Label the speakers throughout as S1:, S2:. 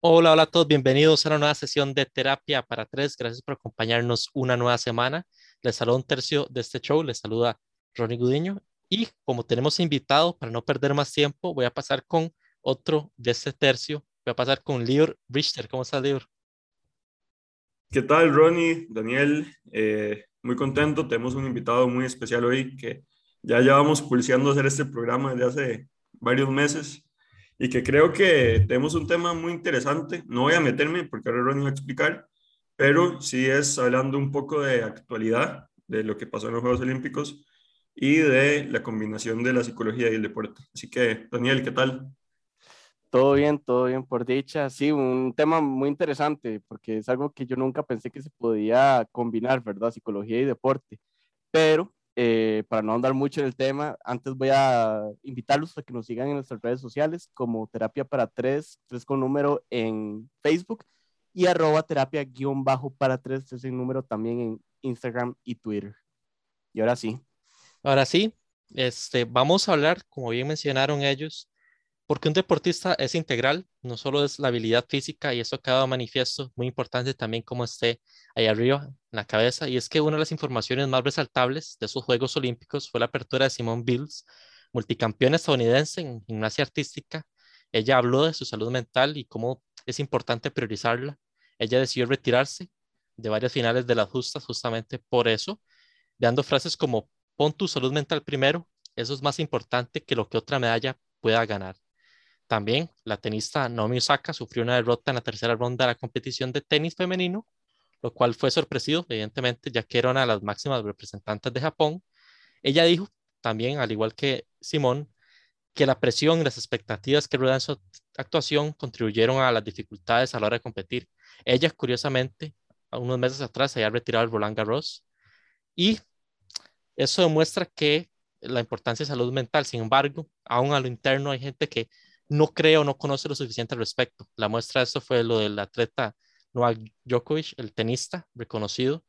S1: Hola, hola a todos, bienvenidos a una nueva sesión de Terapia para Tres. Gracias por acompañarnos una nueva semana. Les saluda un tercio de este show, les saluda Ronnie Gudiño. Y como tenemos invitado, para no perder más tiempo, voy a pasar con otro de este tercio. Voy a pasar con Lior Richter. ¿Cómo está, Lior?
S2: ¿Qué tal, Ronnie, Daniel? Muy contento. Tenemos un invitado muy especial hoy que ya llevamos pulseando hacer este programa desde hace varios meses y que creo que tenemos un tema muy interesante. No voy a meterme porque ahora Ronnie va a explicar, pero sí es hablando un poco de actualidad, de lo que pasó en los Juegos Olímpicos y de la combinación de la psicología y el deporte. Así que, Daniel, ¿qué tal?
S3: Todo bien por dicha. Sí, un tema muy interesante porque es algo que yo nunca pensé que se podía combinar, ¿verdad? Psicología y deporte. Pero para no andar mucho en el tema, antes voy a invitarlos a que nos sigan en nuestras redes sociales como Terapia para Tres, tres con número en Facebook y arroba terapia guión bajo para tres, tres en número también en Instagram y Twitter. Y ahora sí.
S1: Ahora sí, vamos a hablar, como bien mencionaron ellos, porque un deportista es integral, no solo es la habilidad física, y eso queda manifiesto, muy importante también como esté ahí arriba en la cabeza, y es que una de las informaciones más resaltables de esos Juegos Olímpicos fue la apertura de Simone Biles, multicampeona estadounidense en gimnasia artística. Ella habló de su salud mental y cómo es importante priorizarla. Ella decidió retirarse de varias finales de las justas justamente por eso, dando frases como pon tu salud mental primero, eso es más importante que lo que otra medalla pueda ganar. También la tenista Naomi Osaka sufrió una derrota en la tercera ronda de la competición de tenis femenino, lo cual fue sorpresivo, evidentemente, ya que era una de las máximas representantes de Japón. Ella dijo también, al igual que Simón, que la presión y las expectativas que rodean su actuación contribuyeron a las dificultades a la hora de competir. Ella, curiosamente, a unos meses atrás se había retirado el Roland Garros y eso demuestra que la importancia de salud mental. Sin embargo, aún a lo interno hay gente que no cree o no conoce lo suficiente al respecto. La muestra de esto fue lo del atleta Novak Djokovic, el tenista reconocido.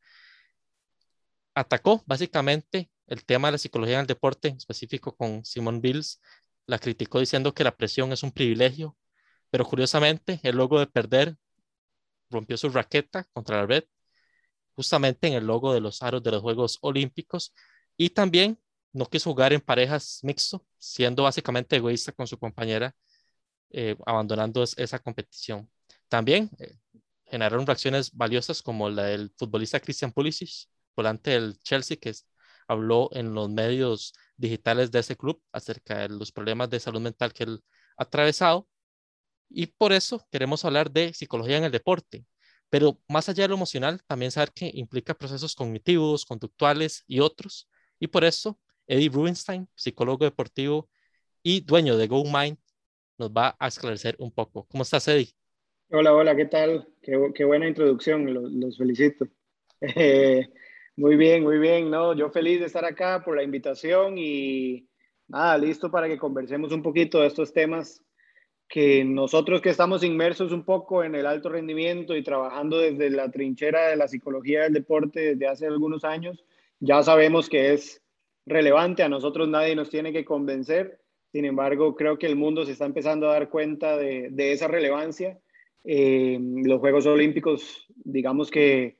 S1: Atacó básicamente el tema de la psicología en el deporte, en específico con Simone Biles. La criticó diciendo que la presión es un privilegio, pero curiosamente, el logo de perder rompió su raqueta contra la red justamente en el logo de los aros de los Juegos Olímpicos, y también no quiso jugar en parejas mixto, siendo básicamente egoísta con su compañera, abandonando esa competición. También generaron reacciones valiosas como la del futbolista Christian Pulisic, volante del Chelsea, habló en los medios digitales de ese club acerca de los problemas de salud mental que él ha atravesado, y por eso queremos hablar de psicología en el deporte. Pero más allá de lo emocional, también saber que implica procesos cognitivos, conductuales y otros. Y por eso, Eddie Rubinstein, psicólogo deportivo y dueño de GoMind, nos va a esclarecer un poco. ¿Cómo estás, Eddie?
S4: Hola, hola, ¿qué tal? Qué buena introducción, los felicito. Eh, muy bien, ¿no? Yo feliz de estar acá por la invitación y nada, listo para que conversemos un poquito de estos temas que nosotros que estamos inmersos un poco en el alto rendimiento y trabajando desde la trinchera de la psicología del deporte desde hace algunos años, ya sabemos que es relevante, a nosotros nadie nos tiene que convencer, sin embargo, creo que el mundo se está empezando a dar cuenta de esa relevancia. Los Juegos Olímpicos, digamos que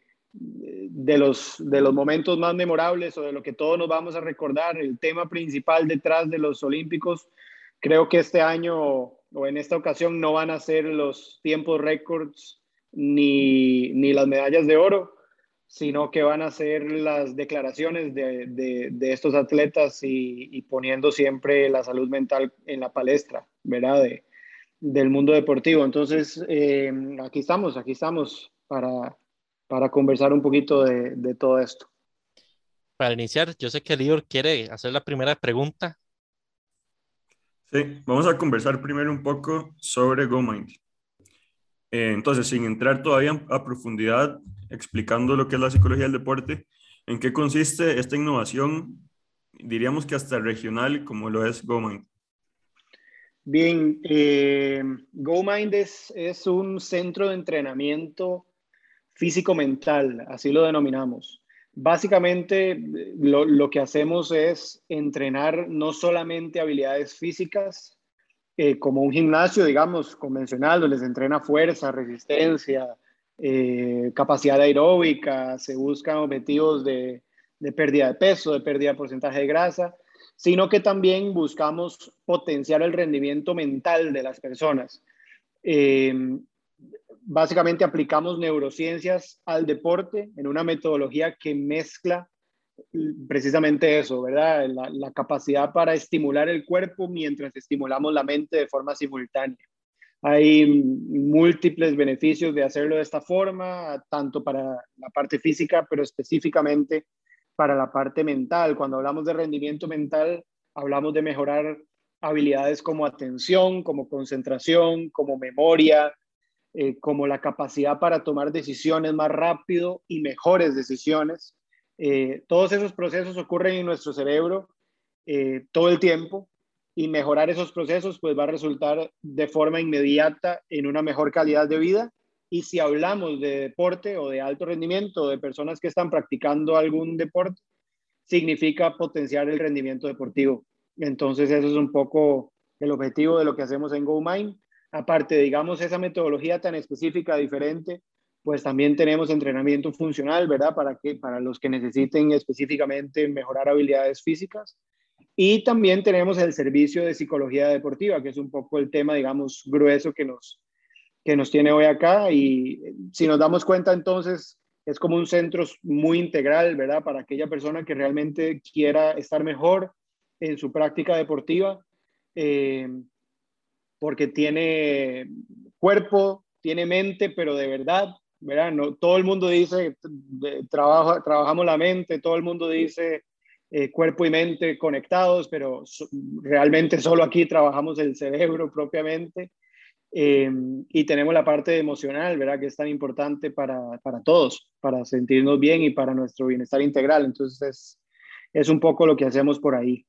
S4: de los momentos más memorables o de lo que todos nos vamos a recordar, el tema principal detrás de los Olímpicos, creo que este año o en esta ocasión no van a ser los tiempos récords ni las medallas de oro, sino que van a ser las declaraciones de estos atletas y poniendo siempre la salud mental en la palestra, ¿verdad? Del mundo deportivo. Entonces, aquí estamos para conversar un poquito de todo esto.
S1: Para iniciar, yo sé que Lior quiere hacer la primera pregunta.
S2: Sí, vamos a conversar primero un poco sobre GoMind. Entonces, sin entrar todavía a profundidad explicando lo que es la psicología del deporte, ¿en qué consiste esta innovación? Diríamos que hasta regional, como lo es GoMind.
S4: Bien, GoMind es un centro de entrenamiento físico-mental, así lo denominamos. Básicamente, lo que hacemos es entrenar no solamente habilidades físicas, como un gimnasio, digamos, convencional, donde se entrena fuerza, resistencia, capacidad aeróbica, se buscan objetivos de pérdida de peso, de pérdida de porcentaje de grasa, sino que también buscamos potenciar el rendimiento mental de las personas. Básicamente aplicamos neurociencias al deporte en una metodología que mezcla precisamente eso, ¿verdad? La capacidad para estimular el cuerpo mientras estimulamos la mente de forma simultánea. Hay múltiples beneficios de hacerlo de esta forma, tanto para la parte física, pero específicamente para la parte mental. Cuando hablamos de rendimiento mental, hablamos de mejorar habilidades como atención, como concentración, como memoria, como la capacidad para tomar decisiones más rápido y mejores decisiones. Todos esos procesos ocurren en nuestro cerebro todo el tiempo, y mejorar esos procesos pues va a resultar de forma inmediata en una mejor calidad de vida. Y si hablamos de deporte o de alto rendimiento, o de personas que están practicando algún deporte, significa potenciar el rendimiento deportivo. Entonces eso es un poco el objetivo de lo que hacemos en GoMind. Aparte, digamos, esa metodología tan específica, diferente, pues también tenemos entrenamiento funcional, ¿verdad? Para los que necesiten específicamente mejorar habilidades físicas. Y también tenemos el servicio de psicología deportiva, que es un poco el tema, digamos, grueso que nos tiene hoy acá. Y si nos damos cuenta, entonces, es como un centro muy integral, ¿verdad? Para aquella persona que realmente quiera estar mejor en su práctica deportiva, porque tiene cuerpo, tiene mente, pero de verdad, ¿verdad? No, todo el mundo dice, trabajamos la mente, todo el mundo dice cuerpo y mente conectados, pero realmente solo aquí trabajamos el cerebro propiamente. Y tenemos la parte emocional, ¿verdad? Que es tan importante para todos, para sentirnos bien y para nuestro bienestar integral. Entonces, es un poco lo que hacemos por ahí.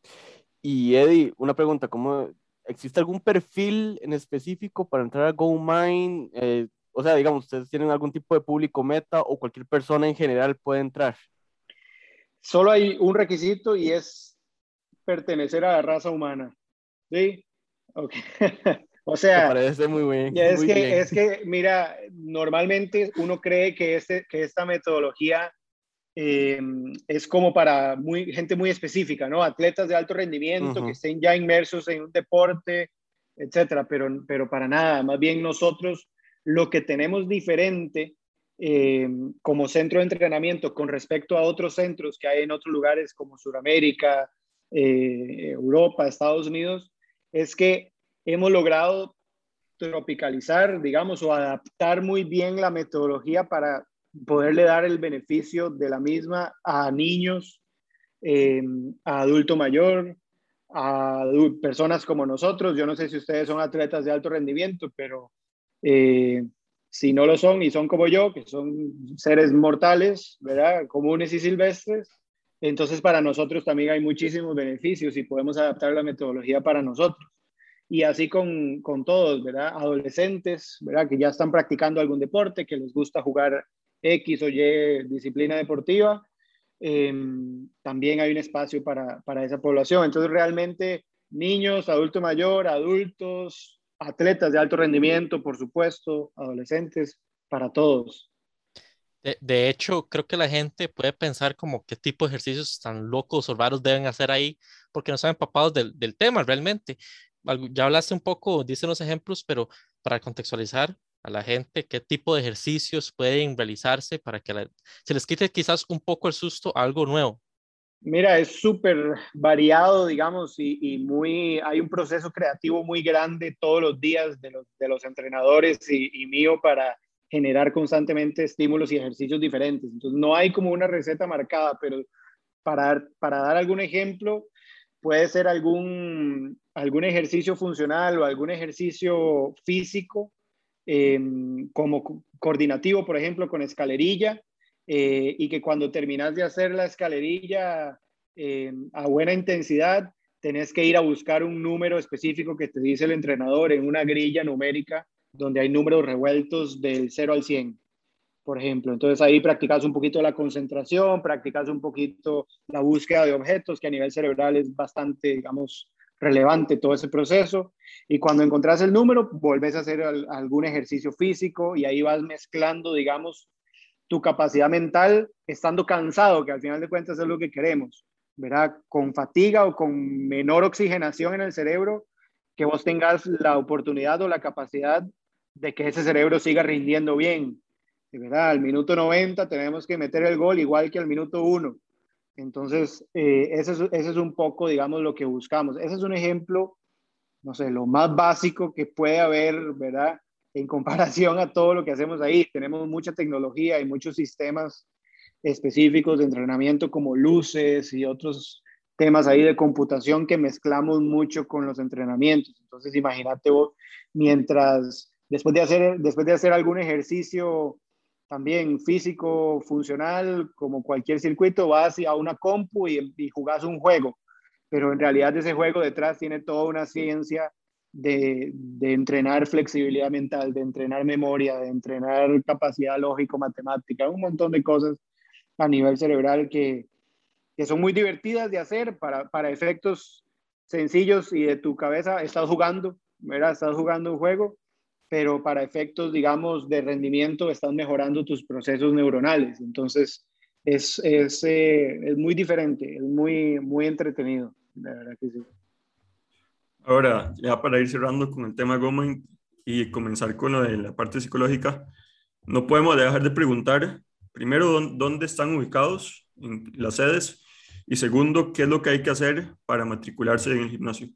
S3: Y Eddie, una pregunta, ¿existe algún perfil en específico para entrar a GoMind? O sea, digamos, ¿ustedes tienen algún tipo de público meta o cualquier persona en general puede entrar?
S4: Solo hay un requisito, y es pertenecer a la raza humana. ¿Sí? Okay. O
S3: Me
S4: sea,
S3: parece muy bien,
S4: es
S3: muy bien.
S4: que, mira, normalmente uno cree que esta metodología es como para gente muy específica, ¿no? Atletas de alto rendimiento que estén ya inmersos en un deporte, etcétera, pero para nada. Más bien nosotros lo que tenemos diferente como centro de entrenamiento con respecto a otros centros que hay en otros lugares como Sudamérica, Europa, Estados Unidos, es que hemos logrado tropicalizar, digamos, o adaptar muy bien la metodología para poderle dar el beneficio de la misma a niños, a adulto mayor, a personas como nosotros. Yo no sé si ustedes son atletas de alto rendimiento, pero si no lo son y son como yo, que son seres mortales, ¿verdad? Comunes y silvestres, entonces para nosotros también hay muchísimos beneficios y podemos adaptar la metodología para nosotros. Y así con todos, ¿verdad? Adolescentes, ¿verdad? Que ya están practicando algún deporte, que les gusta jugar X o Y disciplina deportiva. También hay un espacio para esa población. Entonces, realmente, niños, adulto mayor, adultos, atletas de alto rendimiento, por supuesto, adolescentes, para todos.
S1: De hecho, creo que la gente puede pensar como qué tipo de ejercicios tan locos o raros deben hacer ahí, porque no están empapados del tema realmente. Ya hablaste un poco, dicen los ejemplos, pero para contextualizar a la gente, qué tipo de ejercicios pueden realizarse para que se les quite quizás un poco el susto a algo nuevo.
S4: Mira, es súper variado, digamos, y hay un proceso creativo muy grande todos los días de los entrenadores y mío para generar constantemente estímulos y ejercicios diferentes. Entonces, no hay como una receta marcada, pero para dar algún ejemplo, puede ser algún ejercicio funcional o algún ejercicio físico, como coordinativo, por ejemplo, con escalerilla, y que cuando terminas de hacer la escalerilla a buena intensidad, tenés que ir a buscar un número específico que te dice el entrenador en una grilla numérica donde hay números revueltos del 0 al 100, por ejemplo. Entonces ahí practicas un poquito la concentración, practicas un poquito la búsqueda de objetos, que a nivel cerebral es bastante, digamos, relevante todo ese proceso. Y cuando encontrás el número, volvés a hacer algún ejercicio físico y ahí vas mezclando, digamos, tu capacidad mental estando cansado, que al final de cuentas es lo que queremos, ¿verdad? Con fatiga o con menor oxigenación en el cerebro, que vos tengas la oportunidad o la capacidad de que ese cerebro siga rindiendo bien, ¿verdad? Al minuto 90 tenemos que meter el gol igual que al minuto 1. Entonces, ese es un poco, digamos, lo que buscamos. Ese es un ejemplo, no sé, lo más básico que puede haber, ¿verdad? En comparación a todo lo que hacemos ahí. Tenemos mucha tecnología y muchos sistemas específicos de entrenamiento como luces y otros temas ahí de computación que mezclamos mucho con los entrenamientos. Entonces, imagínate vos, después de hacer algún ejercicio también físico, funcional, como cualquier circuito, vas a una compu y jugás un juego, pero en realidad ese juego detrás tiene toda una ciencia de entrenar flexibilidad mental, de entrenar memoria, de entrenar capacidad lógico-matemática, un montón de cosas a nivel cerebral que son muy divertidas de hacer para efectos sencillos y de tu cabeza estás jugando, ¿verdad? Estás jugando un juego, pero para efectos, digamos, de rendimiento estás mejorando tus procesos neuronales. Entonces, es muy diferente, es muy, muy entretenido, la verdad que sí.
S2: Ahora, ya para ir cerrando con el tema Goman y comenzar con lo de la parte psicológica, no podemos dejar de preguntar, primero, ¿dónde están ubicados en las sedes? Y segundo, ¿qué es lo que hay que hacer para matricularse en el gimnasio?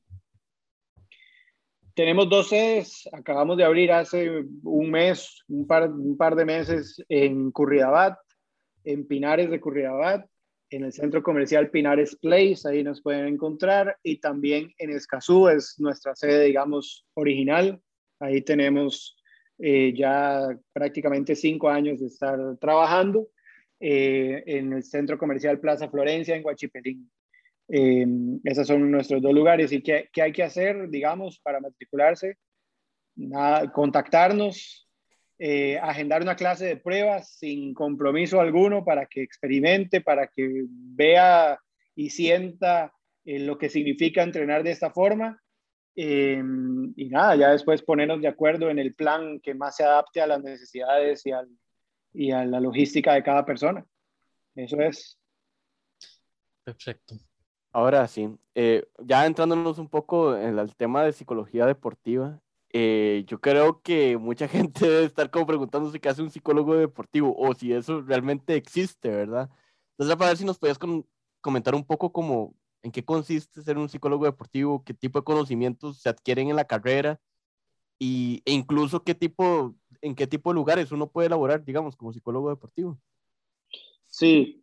S4: Tenemos 2 sedes, acabamos de abrir hace un mes, un par de meses en Curridabat, en Pinares de Curridabat, en el centro comercial Pinares Place, ahí nos pueden encontrar, y también en Escazú, es nuestra sede, digamos, original. Ahí tenemos ya prácticamente 5 años de estar trabajando en el centro comercial Plaza Florencia, en Huachipelín. Esos son nuestros 2 lugares. ¿Y qué hay que hacer, digamos, para matricularse? Nada, contactarnos, agendar una clase de pruebas sin compromiso alguno para que experimente, para que vea y sienta lo que significa entrenar de esta forma. Y nada, ya después ponernos de acuerdo en el plan que más se adapte a las necesidades y a la logística de cada persona. Eso es.
S1: Perfecto.
S3: Ahora sí, ya entrándonos un poco en el tema de psicología deportiva, yo creo que mucha gente debe estar como preguntándose qué hace un psicólogo deportivo o si eso realmente existe, ¿verdad? Entonces, para ver si nos podías comentar un poco como en qué consiste ser un psicólogo deportivo, qué tipo de conocimientos se adquieren en la carrera e incluso en qué tipo de lugares uno puede elaborar, digamos, como psicólogo deportivo.
S4: Sí,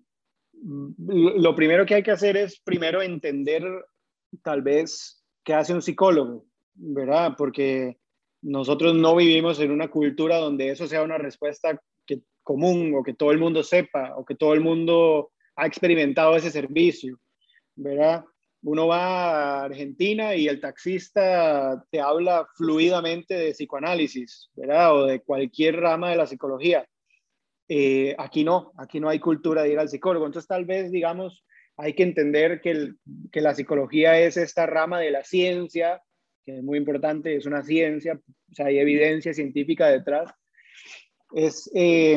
S4: lo primero que hay que hacer es primero entender tal vez qué hace un psicólogo, ¿verdad? Porque nosotros no vivimos en una cultura donde eso sea una respuesta común o que todo el mundo sepa o que todo el mundo ha experimentado ese servicio, ¿verdad? Uno va a Argentina y el taxista te habla fluidamente de psicoanálisis, ¿verdad? O de cualquier rama de la psicología. Aquí no hay cultura de ir al psicólogo. Entonces tal vez, digamos, hay que entender que la psicología es esta rama de la ciencia, que es muy importante, es una ciencia, o sea, hay evidencia científica detrás. Es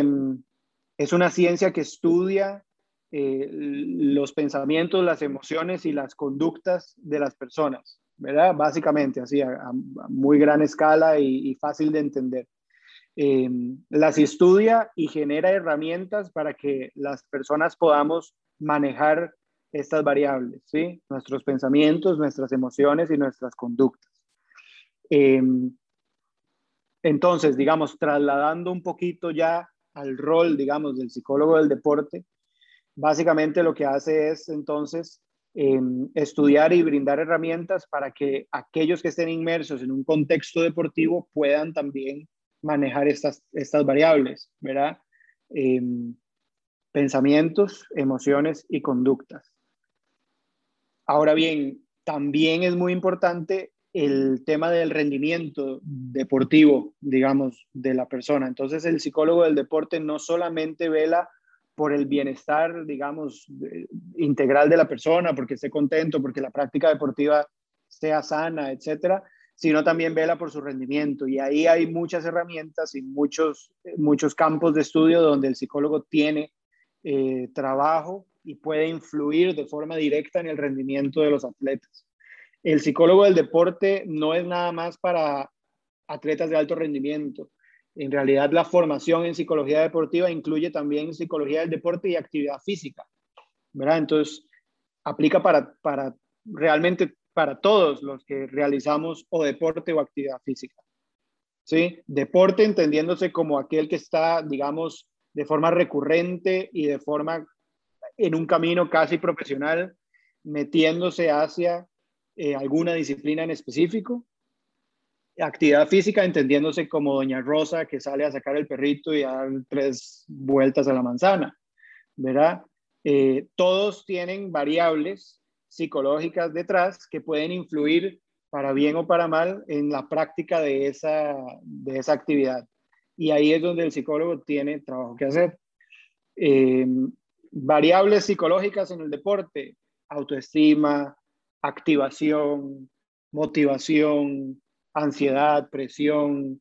S4: una ciencia que estudia los pensamientos, las emociones y las conductas de las personas, ¿verdad? Básicamente, así, a muy gran escala y fácil de entender. Las estudia y genera herramientas para que las personas podamos manejar estas variables, ¿sí? Nuestros pensamientos, nuestras emociones y nuestras conductas. Entonces, digamos, trasladando un poquito ya al rol, digamos, del psicólogo del deporte, básicamente lo que hace es entonces estudiar y brindar herramientas para que aquellos que estén inmersos en un contexto deportivo puedan también manejar estas variables, ¿verdad? Pensamientos, emociones y conductas. Ahora bien, también es muy importante el tema del rendimiento deportivo, digamos, de la persona. Entonces, el psicólogo del deporte no solamente vela por el bienestar, digamos, integral de la persona, porque esté contento, porque la práctica deportiva sea sana, etcétera, sino también vela por su rendimiento. Y ahí hay muchas herramientas y muchos campos de estudio donde el psicólogo tiene trabajo y puede influir de forma directa en el rendimiento de los atletas. El psicólogo del deporte no es nada más para atletas de alto rendimiento. En realidad, la formación en psicología deportiva incluye también psicología del deporte y actividad física, ¿verdad? Entonces, aplica para realmente para todos los que realizamos o deporte o actividad física. ¿Sí? Deporte entendiéndose como aquel que está, digamos, de forma recurrente y de forma en un camino casi profesional, metiéndose hacia alguna disciplina en específico. Actividad física entendiéndose como doña Rosa que sale a sacar el perrito y a dar 3 vueltas a la manzana, ¿verdad? Todos tienen variables psicológicas detrás que pueden influir para bien o para mal en la práctica de esa actividad. Y ahí es donde el psicólogo tiene trabajo que hacer. Variables psicológicas en el deporte: autoestima, activación, motivación, ansiedad, presión,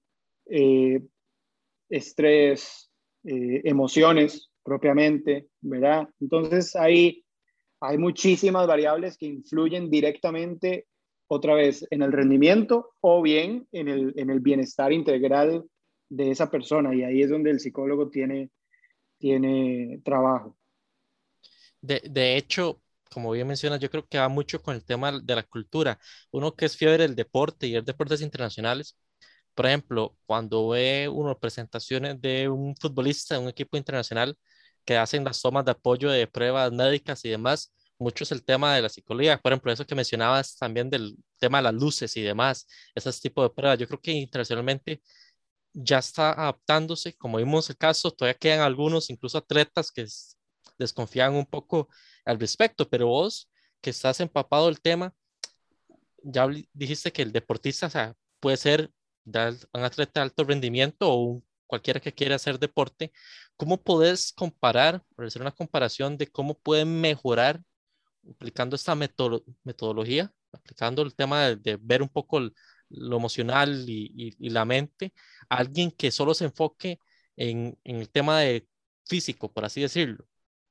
S4: estrés, emociones propiamente, ¿verdad? Entonces hay muchísimas variables que influyen directamente, otra vez, en el rendimiento o bien en el bienestar integral de esa persona, y ahí es donde el psicólogo tiene trabajo.
S1: De hecho, como bien mencionas, yo creo que va mucho con el tema de la cultura. Uno que es fiebre del deporte y ver deportes internacionales. Por ejemplo, cuando ve uno presentaciones de un futbolista de un equipo internacional que hacen las tomas de apoyo de pruebas médicas y demás, mucho es el tema de la psicología. Por ejemplo, eso que mencionabas también del tema de las luces y demás, ese tipo de pruebas. Yo creo que internacionalmente ya está adaptándose. Como vimos el caso, todavía quedan algunos, incluso atletas que desconfían un poco al respecto, pero vos que estás empapado del tema, ya dijiste que el deportista, o sea, puede ser un atleta de alto rendimiento o cualquiera que quiera hacer deporte. ¿Cómo podés comparar, o hacer una comparación de cómo pueden mejorar aplicando esta metodología, aplicando el tema de ver un poco lo emocional y la mente, a alguien que solo se enfoque en el tema de físico, por así decirlo?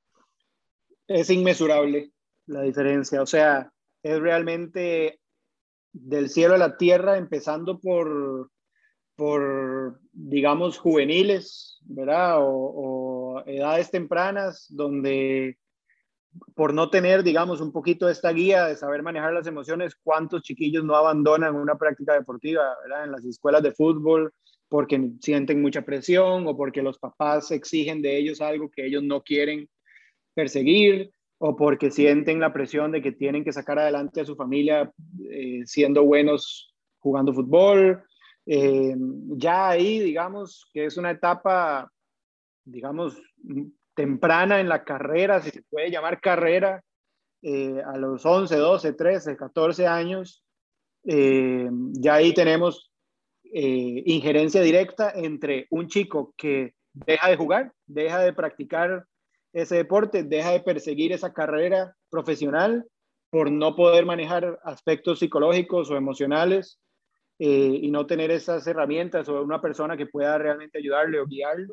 S4: Es inmesurable la diferencia, o sea, es realmente del cielo a la tierra, empezando por digamos, juveniles, ¿verdad? O edades tempranas, donde por no tener, digamos, un poquito de esta guía de saber manejar las emociones, cuántos chiquillos no abandonan una práctica deportiva, ¿verdad? En las escuelas de fútbol, porque sienten mucha presión o porque los papás exigen de ellos algo que ellos no quieren perseguir, o porque sienten la presión de que tienen que sacar adelante a su familia siendo buenos jugando fútbol. Ya ahí, digamos, que es una etapa, digamos, temprana en la carrera, si se puede llamar carrera, a los 11, 12, 13, 14 años, ya ahí tenemos injerencia directa entre un chico que deja de jugar, deja de practicar ese deporte, deja de perseguir esa carrera profesional por no poder manejar aspectos psicológicos o emocionales, y no tener esas herramientas o una persona que pueda realmente ayudarle o guiarlo.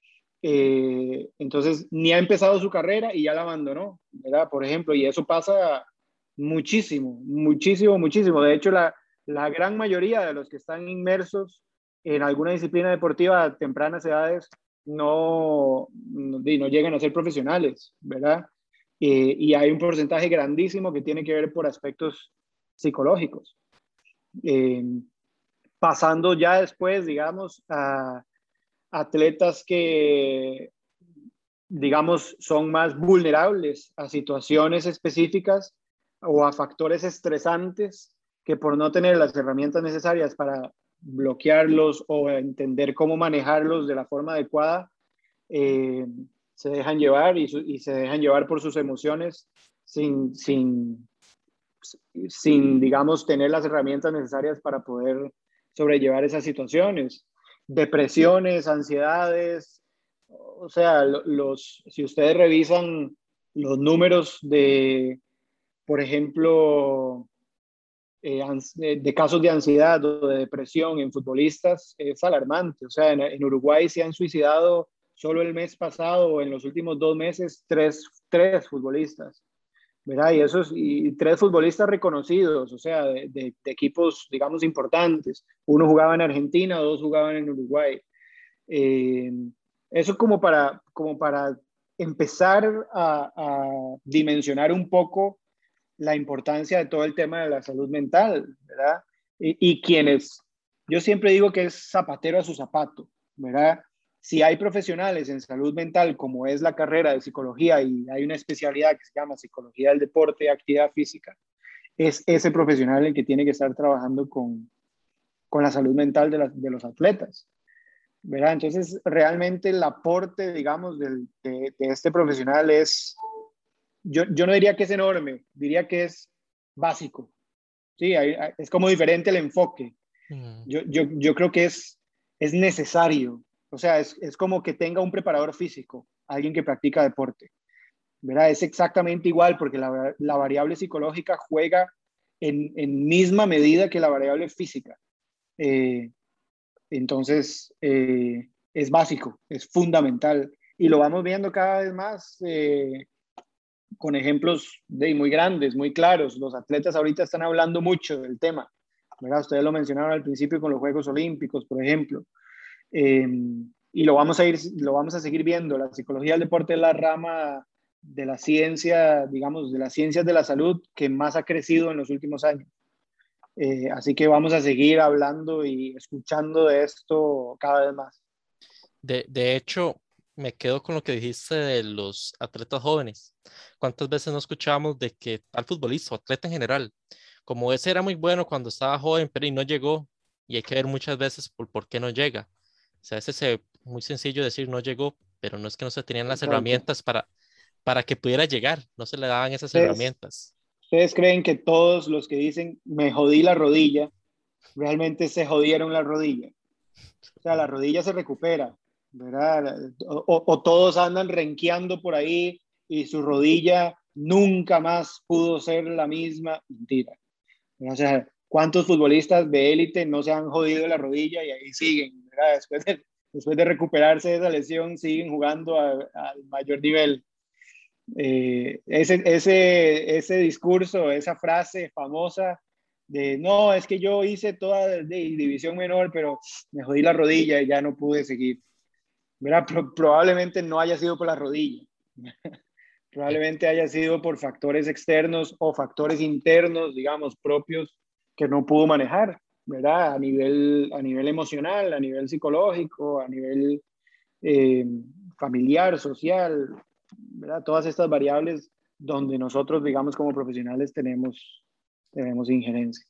S4: Entonces, ni ha empezado su carrera y ya la abandonó, ¿verdad? Por ejemplo, y eso pasa muchísimo, muchísimo, muchísimo. De hecho, la gran mayoría de los que están inmersos en alguna disciplina deportiva a tempranas edades no llegan a ser profesionales, ¿verdad? Y hay un porcentaje grandísimo que tiene que ver por aspectos psicológicos. Pasando ya después, digamos, a atletas que, digamos, son más vulnerables a situaciones específicas o a factores estresantes que por no tener las herramientas necesarias para bloquearlos o entender cómo manejarlos de la forma adecuada, se dejan llevar y se dejan llevar por sus emociones sin, digamos, tener las herramientas necesarias para poder sobrellevar esas situaciones. Depresiones, ansiedades, o sea, si ustedes revisan los números de, por ejemplo, de casos de ansiedad o de depresión en futbolistas es alarmante. O sea, en Uruguay se han suicidado solo el mes pasado o en los últimos 2 meses tres futbolistas, ¿verdad? Y tres futbolistas reconocidos, o sea, de equipos, digamos, importantes. Uno jugaba en Argentina, dos jugaban en Uruguay. Eh, Eso como para empezar a dimensionar un poco la importancia de todo el tema de la salud mental, ¿verdad? Y quienes, yo siempre digo que es zapatero a su zapato, ¿verdad? Si hay profesionales en salud mental, como es la carrera de psicología, y hay una especialidad que se llama psicología del deporte y actividad física, es ese profesional el que tiene que estar trabajando con la salud mental de los atletas, ¿verdad? Entonces, realmente el aporte, digamos, de este profesional es, yo no diría que es enorme, diría que es básico. Sí, es como diferente el enfoque.
S1: Mm.
S4: Yo creo que es necesario. O sea, es como que tenga un preparador físico, alguien que practica deporte, ¿verdad? Es exactamente igual porque la variable psicológica juega en misma medida que la variable física. Eh, entonces, es básico, es fundamental. Y lo vamos viendo cada vez más con ejemplos muy grandes, muy claros. Los atletas ahorita están hablando mucho del tema, ¿verdad? Ustedes lo mencionaron al principio con los Juegos Olímpicos, por ejemplo. Eh, y lo vamos a seguir viendo. La psicología del deporte es la rama de la ciencia, digamos, de las ciencias de la salud que más ha crecido en los últimos años. Así que vamos a seguir hablando y escuchando de esto cada vez más.
S1: De hecho, me quedo con lo que dijiste de los atletas jóvenes. ¿Cuántas veces no escuchamos de que tal futbolista o atleta en general, como ese era muy bueno cuando estaba joven, pero y no llegó, y hay que ver muchas veces por qué no llega? O sea, muy sencillo decir no llegó, pero no es que no se tenían las
S4: Exacto.
S1: herramientas para que pudiera llegar, no se le daban esas
S4: ¿Ustedes,
S1: herramientas.
S4: ustedes creen que todos los que dicen me jodí la rodilla, realmente se jodieron la rodilla? O sea, la rodilla se recupera, ¿verdad? O todos andan renqueando por ahí y su rodilla nunca más pudo ser la misma. Mentira. O sea, ¿cuántos futbolistas de élite no se han jodido la rodilla y ahí siguen, ¿verdad? Después de recuperarse de esa lesión, siguen jugando al mayor nivel. Ese discurso, esa frase famosa de no, es que yo hice toda de división menor, pero me jodí la rodilla y ya no pude seguir. Mira, probablemente no haya sido por la rodilla, probablemente haya sido por factores externos o factores internos, digamos, propios que no pudo manejar, ¿verdad? A nivel emocional, a nivel psicológico, a nivel eh, familiar, social, ¿verdad? Todas estas variables donde nosotros, digamos, como profesionales tenemos injerencia.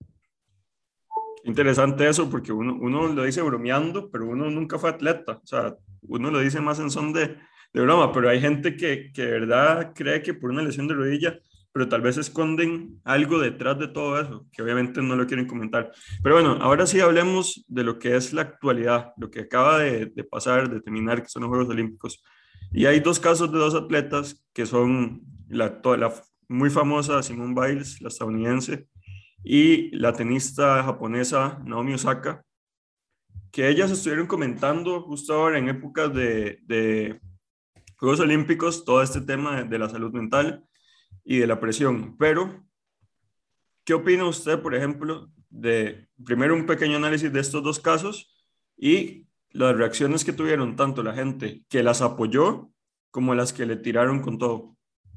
S2: Interesante eso, porque uno lo dice bromeando, pero uno nunca fue atleta. O sea, uno lo dice más en son de broma, pero hay gente que de verdad cree que por una lesión de rodilla, pero tal vez esconden algo detrás de todo eso, que obviamente no lo quieren comentar. Pero bueno, ahora sí hablemos de lo que es la actualidad, lo que acaba de pasar, de terminar, que son los Juegos Olímpicos. Y hay dos casos de dos atletas que son la muy famosa Simone Biles, la estadounidense, y la tenista japonesa Naomi Osaka, que ellas estuvieron comentando justo ahora en épocas de Juegos Olímpicos todo este tema de la salud mental y de la presión. Pero, ¿qué opina usted, por ejemplo, de primero un pequeño análisis de estos dos casos y las reacciones que tuvieron tanto la gente que las apoyó como las que le tiraron con todo?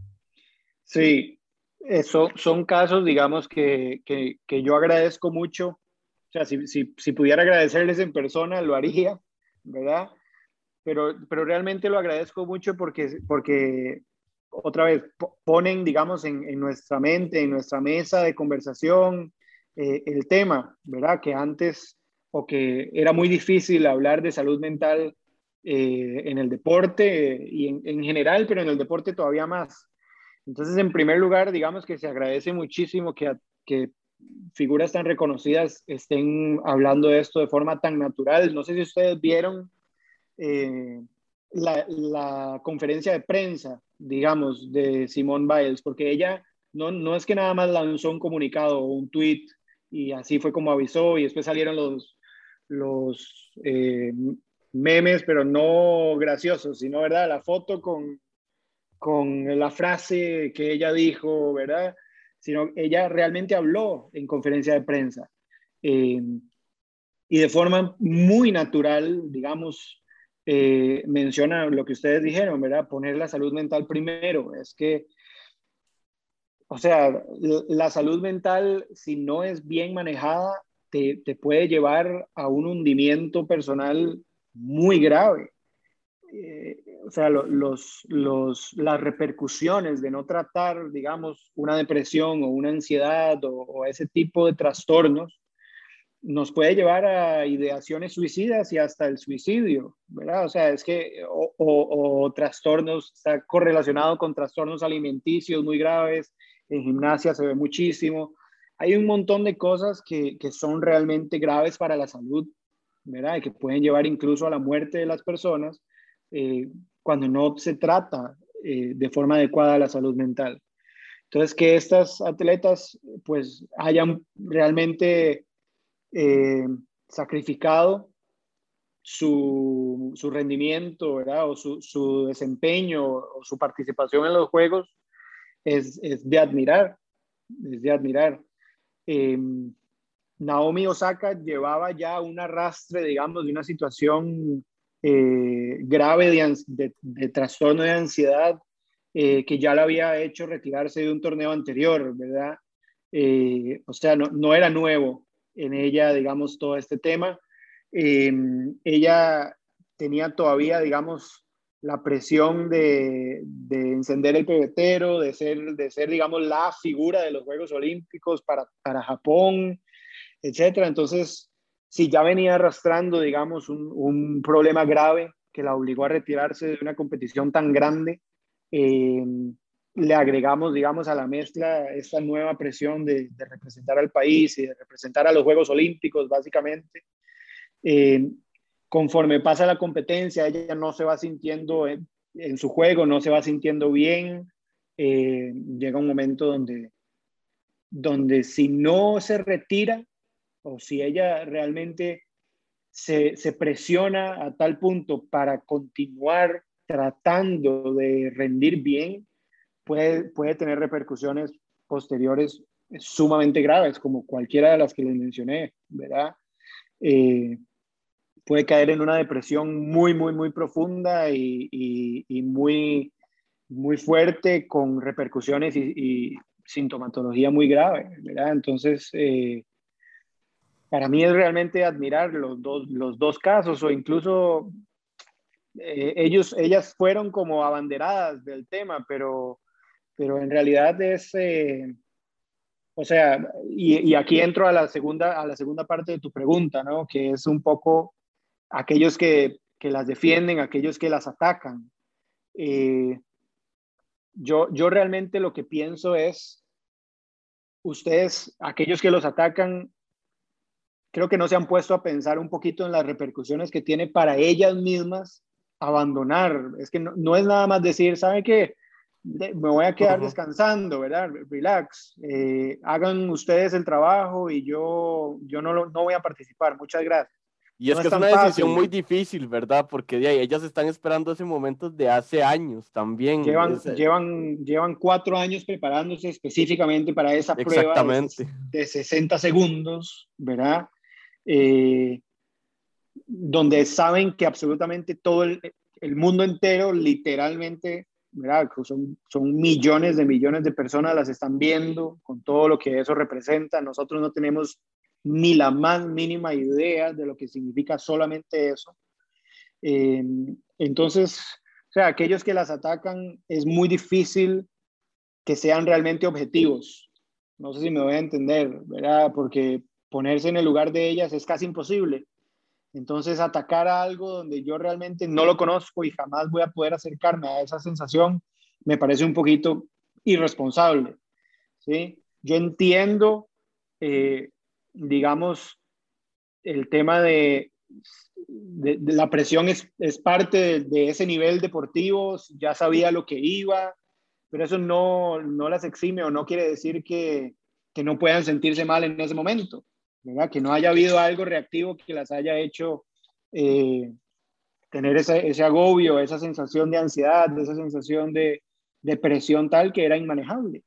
S4: Sí, son casos, digamos, que yo agradezco mucho. O sea, si pudiera agradecerles en persona, lo haría, ¿verdad? Pero realmente lo agradezco mucho porque otra vez, ponen, digamos, en nuestra mente, en nuestra mesa de conversación, el tema, ¿verdad? Que antes, o que era muy difícil hablar de salud mental en el deporte y en general, pero en el deporte todavía más. Entonces, en primer lugar, digamos que se agradece muchísimo que figuras tan reconocidas estén hablando de esto de forma tan natural. No sé si ustedes vieron eh, la conferencia de prensa, digamos, de Simone Biles, porque ella no es que nada más lanzó un comunicado o un tweet y así fue como avisó y después salieron los memes, pero no graciosos, sino, ¿verdad? La foto con la frase que ella dijo, ¿verdad? Sino ella realmente habló en conferencia de prensa. Y de forma muy natural, digamos, menciona lo que ustedes dijeron, ¿verdad? Poner la salud mental primero. Es que, o sea, la salud mental, si no es bien manejada, te puede llevar a un hundimiento personal muy grave. O sea, las repercusiones de no tratar, digamos, una depresión o una ansiedad o ese tipo de trastornos nos puede llevar a ideaciones suicidas y hasta el suicidio, ¿verdad? O sea, es que, o trastornos, está correlacionado con trastornos alimenticios muy graves, en gimnasia se ve muchísimo. Hay un montón de cosas que son realmente graves para la salud, ¿verdad? Y que pueden llevar incluso a la muerte de las personas cuando no se trata de forma adecuada la salud mental. Entonces, que estas atletas pues hayan realmente sacrificado su rendimiento, ¿verdad? O su desempeño o su participación en los juegos es de admirar, es de admirar. Naomi Osaka llevaba ya un arrastre, digamos, de una situación grave de trastorno de ansiedad que ya la había hecho retirarse de un torneo anterior, ¿verdad? O sea, no era nuevo en ella, digamos, todo este tema. Ella tenía todavía, digamos, la presión de encender el pebetero, de ser, digamos, la figura de los Juegos Olímpicos para Japón, etcétera. Entonces, si ya venía arrastrando, digamos, un problema grave que la obligó a retirarse de una competición tan grande, le agregamos, digamos, a la mezcla esta nueva presión de representar al país y de representar a los Juegos Olímpicos, básicamente. Conforme pasa la competencia, ella no se va sintiendo en su juego, no se va sintiendo bien. Llega un momento donde si no se retira o si ella realmente se presiona a tal punto para continuar tratando de rendir bien, puede tener repercusiones posteriores sumamente graves, como cualquiera de las que les mencioné, ¿verdad? Puede caer en una depresión muy, muy, muy profunda y muy, muy fuerte, con repercusiones y sintomatología muy grave, ¿verdad? Entonces, para mí es realmente admirar los dos casos, o incluso ellas fueron como abanderadas del tema, pero en realidad es, o sea, y aquí entro a la segunda parte de tu pregunta, ¿no? Que es un poco aquellos que las defienden, aquellos que las atacan. Yo realmente lo que pienso es, ustedes, aquellos que los atacan, creo que no se han puesto a pensar un poquito en las repercusiones que tiene para ellas mismas abandonar. Es que no es nada más decir, ¿sabe qué? Me voy a quedar descansando, ¿verdad? Relax. Hagan ustedes el trabajo y yo no voy a participar. Muchas gracias.
S3: Y es
S4: No
S3: que
S4: es
S3: es
S4: tan
S3: una decisión
S4: fácil.
S3: muy difícil, ¿verdad? Porque de ahí, ellas están esperando ese momento de hace años también.
S4: Llevan 4 años preparándose específicamente para esa prueba
S3: Exactamente.
S4: de 60 segundos, ¿verdad? Donde saben que absolutamente todo el mundo entero, literalmente, ¿verdad? Son millones de personas las están viendo con todo lo que eso representa. Nosotros no tenemos ni la más mínima idea de lo que significa solamente eso. Entonces, o sea, aquellos que las atacan, es muy difícil que sean realmente objetivos. No sé si me voy a entender, ¿verdad? Porque ponerse en el lugar de ellas es casi imposible. Entonces, atacar a algo donde yo realmente no lo conozco y jamás voy a poder acercarme a esa sensación, me parece un poquito irresponsable, ¿sí? Yo entiendo, digamos, el tema de la presión es parte de ese nivel deportivo, ya sabía lo que iba, pero eso no las exime o no quiere decir que no puedan sentirse mal en ese momento, ¿verdad? Que no haya habido algo reactivo que las haya hecho tener ese agobio, esa sensación de ansiedad, esa sensación de presión tal que era inmanejable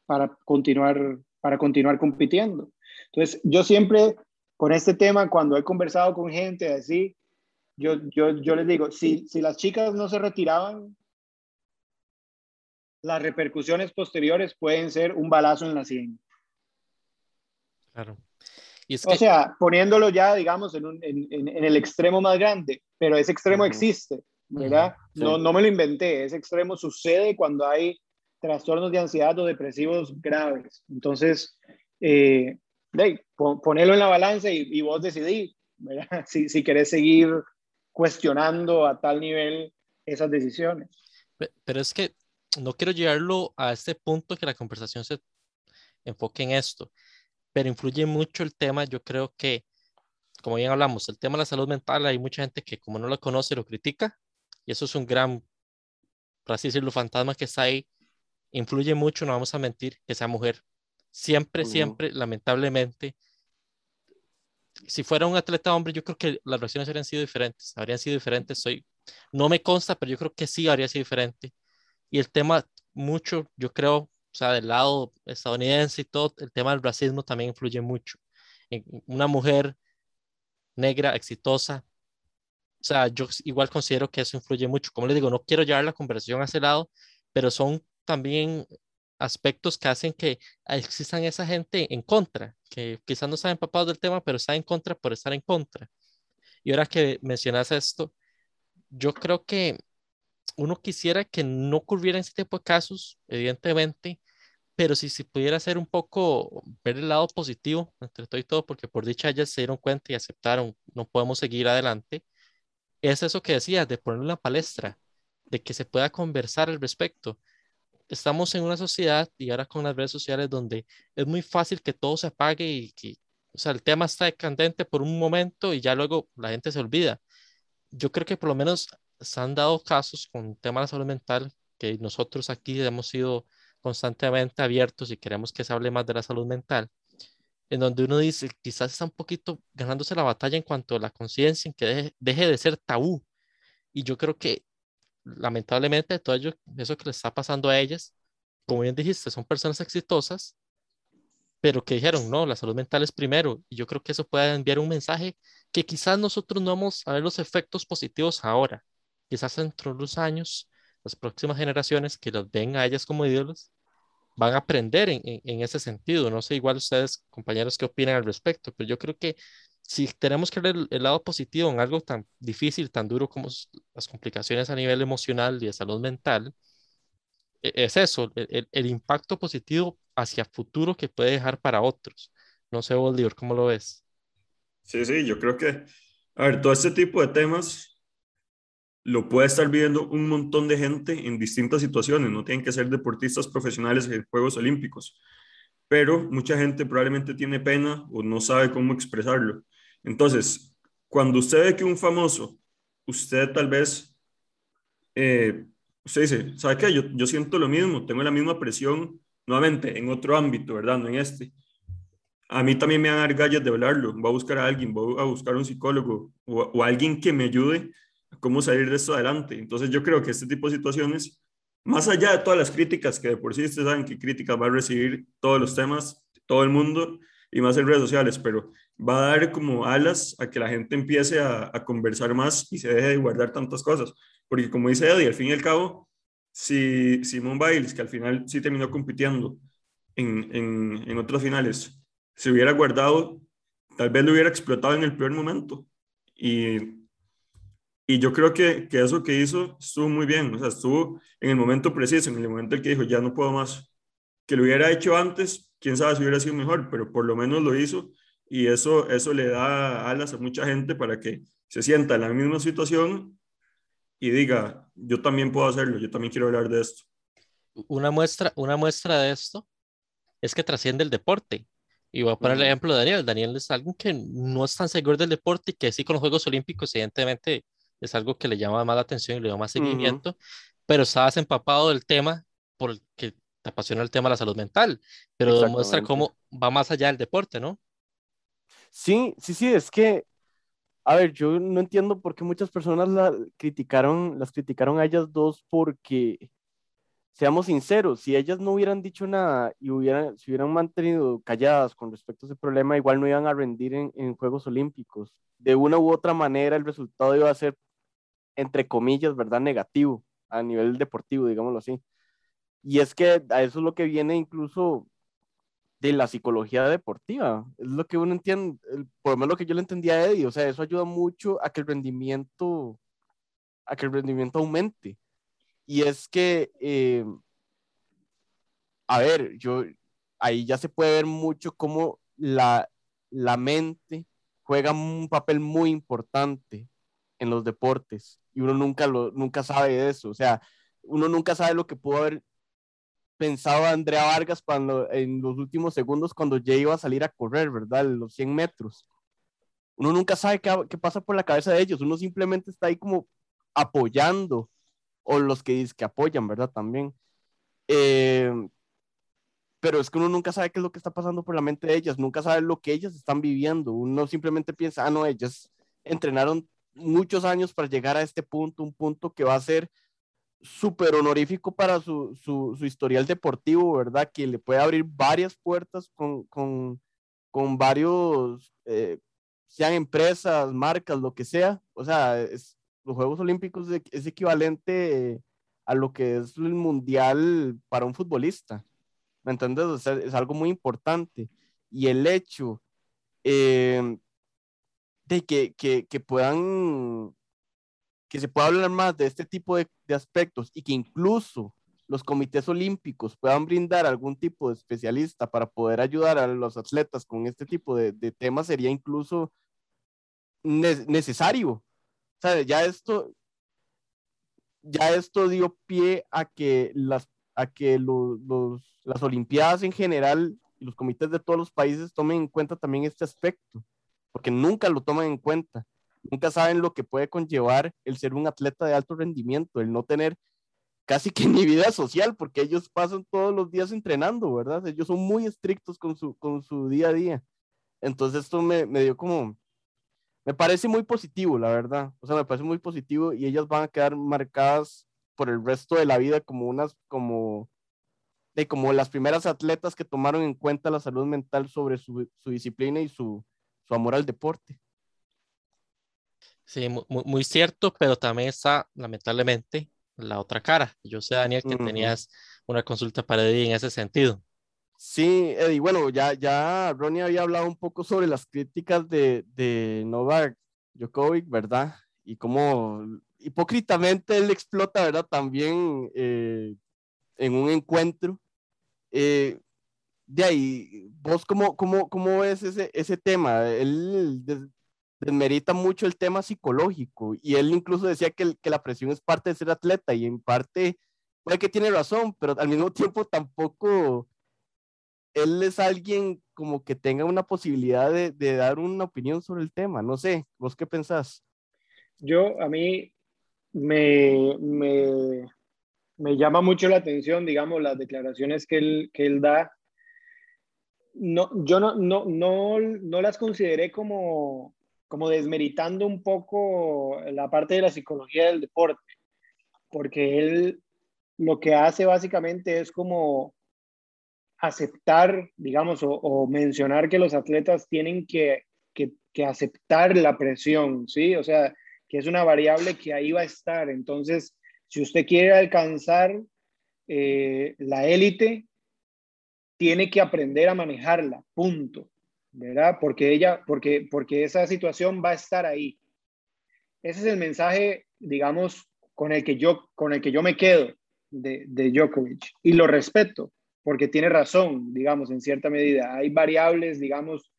S4: para continuar compitiendo. Entonces, yo siempre con este tema, cuando he conversado con gente así, yo les digo, si las chicas no se retiraban, las repercusiones posteriores pueden ser un balazo en la sien.
S1: Claro. Y es
S4: O
S1: que,
S4: sea, poniéndolo ya, digamos, en el extremo más grande, pero ese extremo existe, ¿verdad?
S3: Sí.
S4: No me lo inventé, ese extremo sucede cuando hay trastornos de ansiedad o depresivos graves. Entonces, ponelo en la balanza y vos decidís, ¿verdad? Si querés seguir cuestionando a tal nivel esas decisiones.
S1: pero es que no quiero llevarlo a este punto que la conversación se enfoque en esto, pero influye mucho el tema, yo creo que, como bien hablamos, el tema de la salud mental, hay mucha gente que como no lo conoce lo critica, y eso es un gran, por así decirlo, fantasma que está ahí, influye mucho, no vamos a mentir, que sea mujer. Siempre, siempre, lamentablemente, si fuera un atleta hombre, yo creo que las reacciones habrían sido diferentes, no me consta, pero yo creo que sí habría sido diferente. Y el tema mucho, yo creo, o sea, del lado estadounidense y todo, el tema del racismo también influye mucho. En una mujer negra, exitosa, o sea, yo igual considero que eso influye mucho. Como les digo, no quiero llevar la conversación a ese lado, pero son también aspectos que hacen que existan esa gente en contra, que quizás no están empapados del tema, pero están en contra por estar en contra. Y ahora que mencionas esto, yo creo que uno quisiera que no ocurriera ese tipo de casos, evidentemente, pero si pudiera hacer un poco, ver el lado positivo entre todo y todo, porque por dicha ellas se dieron cuenta y aceptaron, no podemos seguir adelante, es eso que decías, de poner una palestra, de que se pueda conversar al respecto. Estamos en una sociedad y ahora con las redes sociales donde es muy fácil que todo se apague y que, o sea, el tema está candente por un momento y ya luego la gente se olvida. Yo creo que por lo menos se han dado casos con el tema de la salud mental que nosotros aquí hemos sido constantemente abiertos y queremos que se hable más de la salud mental, en donde uno dice, quizás está un poquito ganándose la batalla en cuanto a la conciencia, en que deje de ser tabú. Y yo creo que lamentablemente todo eso que le está pasando a ellas, como bien dijiste, son personas exitosas, pero que dijeron, no, la salud mental es primero. Y yo creo que eso puede enviar un mensaje que quizás nosotros no vamos a ver los efectos positivos ahora. Quizás dentro de unos años, las próximas generaciones que los ven a ellas como ídolos, van a aprender en ese sentido. No sé, igual ustedes, compañeros, qué opinan al respecto, pero yo creo que si tenemos que ver el lado positivo en algo tan difícil, tan duro como las complicaciones a nivel emocional y de salud mental, es eso, el impacto positivo hacia futuro que puede dejar para otros. No sé, Bolívar, ¿cómo lo ves?
S2: Sí, sí, yo creo que, a ver, todo este tipo de temas lo puede estar viviendo un montón de gente en distintas situaciones, no tienen que ser deportistas profesionales en Juegos Olímpicos, pero mucha gente probablemente tiene pena o no sabe cómo expresarlo. Entonces, cuando usted ve que un famoso, usted tal vez, eh, usted dice, ¿sabe qué? Yo siento lo mismo, tengo la misma presión, nuevamente, en otro ámbito, ¿verdad? No en este. A mí también me dan argallas de hablarlo. Voy a buscar a alguien, voy a buscar un psicólogo o alguien que me ayude a cómo salir de esto adelante. Entonces yo creo que este tipo de situaciones, más allá de todas las críticas, que de por sí ustedes saben que críticas va a recibir todos los temas, todo el mundo, y más en redes sociales, pero va a dar como alas a que la gente empiece a conversar más y se deje de guardar tantas cosas. Porque como dice Eddie, al fin y al cabo, si Simone Biles, que al final sí terminó compitiendo en otras finales, se hubiera guardado, tal vez lo hubiera explotado en el peor momento. Y, y yo creo que eso que hizo estuvo muy bien, o sea, estuvo en el momento preciso, en el momento en que dijo, ya no puedo más. Que lo hubiera hecho antes, quién sabe si hubiera sido mejor, pero por lo menos lo hizo y eso le da alas a mucha gente para que se sienta en la misma situación y diga, yo también puedo hacerlo, yo también quiero hablar de esto.
S1: Una muestra de esto es que trasciende el deporte. Y voy a poner el
S2: Ujú.
S1: ejemplo de Daniel. Daniel es alguien que no es tan seguro del deporte y que sí con los Juegos Olímpicos, evidentemente, es algo que le llama más la atención y le da más
S3: Ujú.
S1: seguimiento, pero estabas empapado del tema porque te apasiona el tema de la salud mental, pero demuestra
S3: Exactamente.
S1: cómo va más allá del deporte, ¿no?
S3: Sí, sí, sí, es que, a ver, yo no entiendo por qué muchas personas las criticaron a ellas dos porque, seamos sinceros, si ellas no hubieran dicho nada y se hubieran mantenido calladas con respecto a ese problema, igual no iban a rendir en Juegos Olímpicos. De una u otra manera, el resultado iba a ser, entre comillas, ¿verdad? Negativo a nivel deportivo, digámoslo así. Y es que a eso es lo que viene incluso de la psicología deportiva. Es lo que uno entiende, por lo menos lo que yo le entendía a Eddie, o sea, eso ayuda mucho a que el rendimiento aumente. Y es que, a ver, ahí ya se puede ver mucho cómo la mente juega un papel muy importante en los deportes y uno nunca sabe de eso, o sea, uno nunca sabe lo que pudo haber pensado Andrea Vargas en los últimos segundos cuando ya iba a salir a correr, ¿verdad? Los 100 metros. Uno nunca sabe qué pasa por la cabeza de ellos, uno simplemente está ahí como apoyando, o los que dicen que apoyan, ¿verdad? También. Eh, pero es que uno nunca sabe qué es lo que está pasando por la mente de ellas, nunca sabe lo que ellas están viviendo. Uno simplemente piensa, no, ellas entrenaron muchos años para llegar a este punto, un punto que va a ser súper honorífico para su historial deportivo, ¿verdad? Que le puede abrir varias puertas con varios, sean empresas, marcas, lo que sea. O sea, los Juegos Olímpicos es equivalente a lo que es el mundial para un futbolista. ¿Me entiendes? O sea, es algo muy importante. Y el hecho eh, de que puedan, que se pueda hablar más de este tipo de aspectos y que incluso los comités olímpicos puedan brindar algún tipo de especialista para poder ayudar a los atletas con este tipo de temas sería incluso necesario. O sea, ya esto dio pie a que las Olimpiadas en general y los comités de todos los países tomen en cuenta también este aspecto, porque nunca lo toman en cuenta. Nunca saben lo que puede conllevar el ser un atleta de alto rendimiento, el no tener casi que ni vida social, porque ellos pasan todos los días entrenando, ¿verdad? Ellos son muy estrictos con su día a día. Entonces esto me dio como, me parece muy positivo, la verdad. O sea, me parece muy positivo y ellas van a quedar marcadas por el resto de la vida como como las primeras atletas que tomaron en cuenta la salud mental sobre su disciplina y su amor al deporte.
S1: Sí, muy cierto, pero también está lamentablemente la otra cara. Yo sé, Daniel, que
S3: Ujú.
S1: tenías una consulta para Eddie en ese sentido.
S3: Sí, Eddie, bueno, ya Ronnie había hablado un poco sobre las críticas de Novak Djokovic, ¿verdad? Y cómo hipócritamente él explota, ¿verdad? También en un encuentro. Eh, de ahí, ¿vos cómo ves ese tema? Él desmerita mucho el tema psicológico y él incluso decía que la presión es parte de ser atleta y en parte puede que tiene razón, pero al mismo tiempo tampoco él es alguien como que tenga una posibilidad de dar una opinión sobre el tema. No sé, ¿vos qué pensás?
S4: A mí me, me, me llama mucho la atención, digamos, las declaraciones que él da. No, yo no las consideré como desmeritando un poco la parte de la psicología del deporte, porque él lo que hace básicamente es como aceptar, digamos, o mencionar que los atletas tienen que aceptar la presión, ¿sí? O sea, que es una variable que ahí va a estar. Entonces, si usted quiere alcanzar la élite, tiene que aprender a manejarla, punto, ¿verdad? Porque esa situación va a estar ahí. Ese es el mensaje, digamos, con el que yo me quedo de Djokovic y lo respeto porque tiene razón, digamos, en cierta medida. Hay variables, digamos,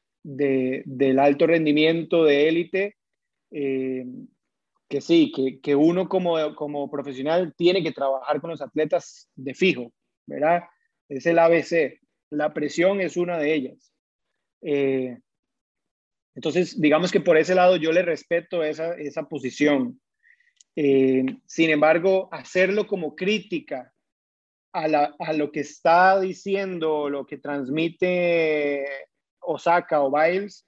S4: del alto rendimiento de élite eh, que sí, que uno como profesional tiene que trabajar con los atletas de fijo, ¿verdad? Es el ABC. La presión es una de ellas. Eh, entonces, digamos que por ese lado yo le respeto esa posición. Sin embargo, hacerlo como crítica a lo que está diciendo, lo que transmite Osaka o Biles,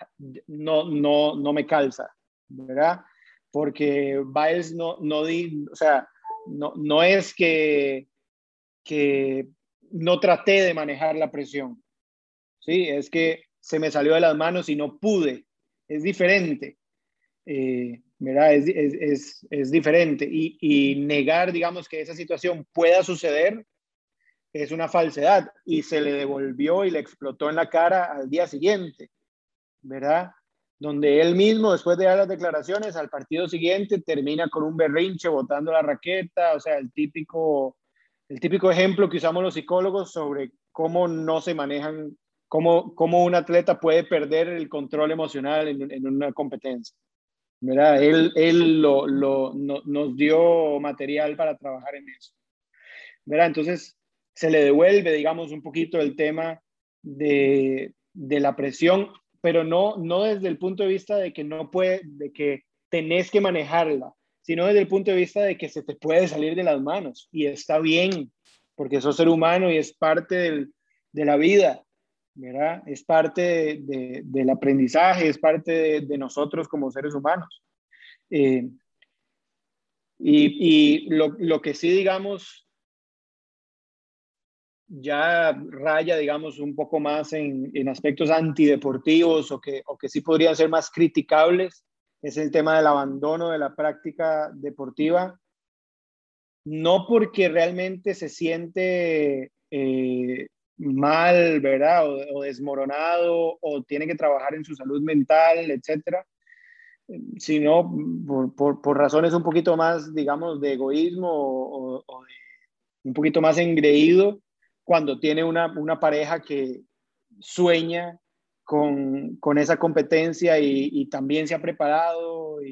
S4: no me calza, ¿verdad? Porque Biles o sea, no es que no traté de manejar la presión, ¿sí? Es que se me salió de las manos y no pude. Es diferente, ¿verdad? Es diferente. Y negar, digamos, que esa situación pueda suceder es una falsedad. Y se le devolvió y le explotó en la cara al día siguiente, ¿verdad? Donde él mismo, después de dar las declaraciones, al partido siguiente termina con un berrinche, botando la raqueta, o sea, el típico ejemplo que usamos los psicólogos sobre cómo no se manejan, cómo un atleta puede perder el control emocional en una competencia, ¿verdad? Él nos dio material para trabajar en eso, ¿verdad? Entonces, se le devuelve, digamos, un poquito el tema de la presión, pero no desde el punto de vista de que no puede, de que tenés que manejarla, sino desde el punto de vista de que se te puede salir de las manos y está bien, porque sos ser humano y es parte de la vida, ¿verdad? Es parte del aprendizaje, es parte de nosotros como seres humanos. Y lo que sí, digamos, ya raya, digamos, un poco más en aspectos antideportivos o que sí podrían ser más criticables, es el tema del abandono de la práctica deportiva, no porque realmente se siente mal, ¿verdad? O desmoronado, o tiene que trabajar en su salud mental, etcétera, sino por razones un poquito más, digamos, de egoísmo o de un poquito más engreído cuando tiene una pareja que sueña con esa competencia y también se ha preparado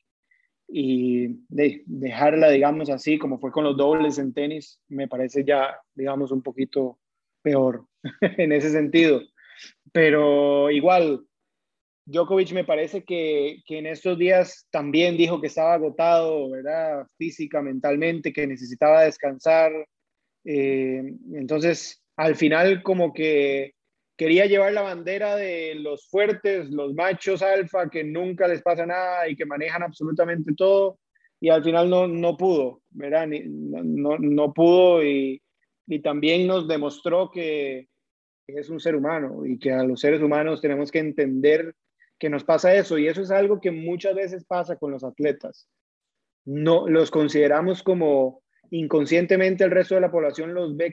S4: y dejarla, digamos así, como fue con los dobles en tenis, me parece ya, digamos, un poquito peor en ese sentido. Pero igual, Djokovic me parece que en estos días también dijo que estaba agotado, ¿verdad? Física, mentalmente, que necesitaba descansar. Entonces, al final como que quería llevar la bandera de los fuertes, los machos alfa, que nunca les pasa nada y que manejan absolutamente todo, y al final no pudo, ¿verdad? No pudo y también nos demostró que es un ser humano y que a los seres humanos tenemos que entender que nos pasa eso, y eso es algo que muchas veces pasa con los atletas. No los consideramos como inconscientemente, el resto de la población los ve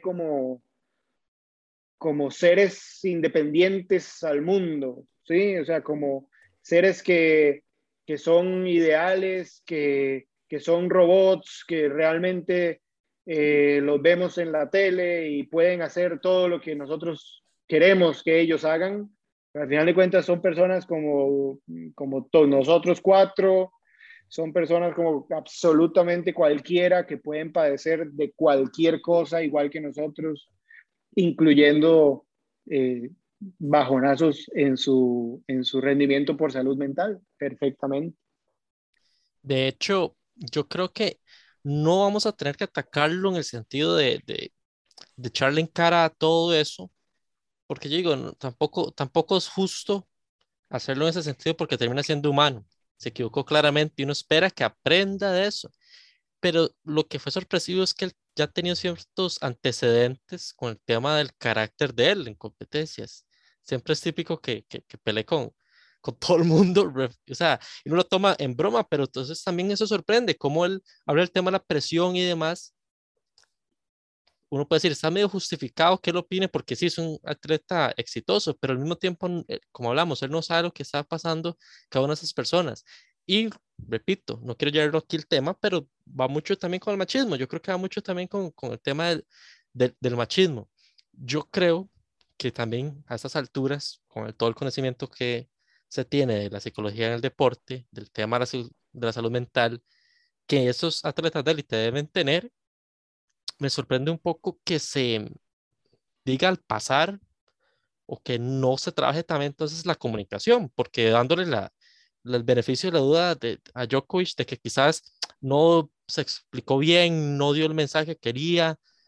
S4: como seres independientes al mundo, ¿sí? O sea, como seres que son ideales, que son robots, que realmente los vemos en la tele y pueden hacer todo lo que nosotros queremos que ellos hagan. Pero al final de cuentas son personas como todos nosotros cuatro, son personas como absolutamente cualquiera que pueden padecer de cualquier cosa igual que nosotros, incluyendo bajonazos en su rendimiento por salud mental, perfectamente.
S1: De hecho, yo creo que no vamos a tener que atacarlo en el sentido de echarle en cara a todo eso, porque yo digo, tampoco es justo hacerlo en ese sentido porque termina siendo humano. Se equivocó claramente y uno espera que aprenda de eso. Pero lo que fue sorpresivo es que él ya ha tenido ciertos antecedentes con el tema del carácter de él en competencias. Siempre es típico que pelee con todo el mundo, o sea, y uno lo toma en broma, pero entonces también eso sorprende, cómo él habla del tema de la presión y demás. Uno puede decir, está medio justificado que él opine porque sí es un atleta exitoso, pero al mismo tiempo, como hablamos, él no sabe lo que está pasando cada una de esas personas. Y repito, no quiero llevarlo aquí el tema, pero va mucho también con el machismo. Yo creo que va mucho también con el tema del machismo. Yo creo que también a estas alturas, con todo el conocimiento que se tiene de la psicología en el deporte, del tema de la salud mental, que esos atletas de élite deben tener, me sorprende un poco que se diga al pasar o que no se trabaje también entonces la comunicación, porque dándole el beneficio de la duda a Djokovic de que quizás no se explicó bien, no dio el mensaje que quería,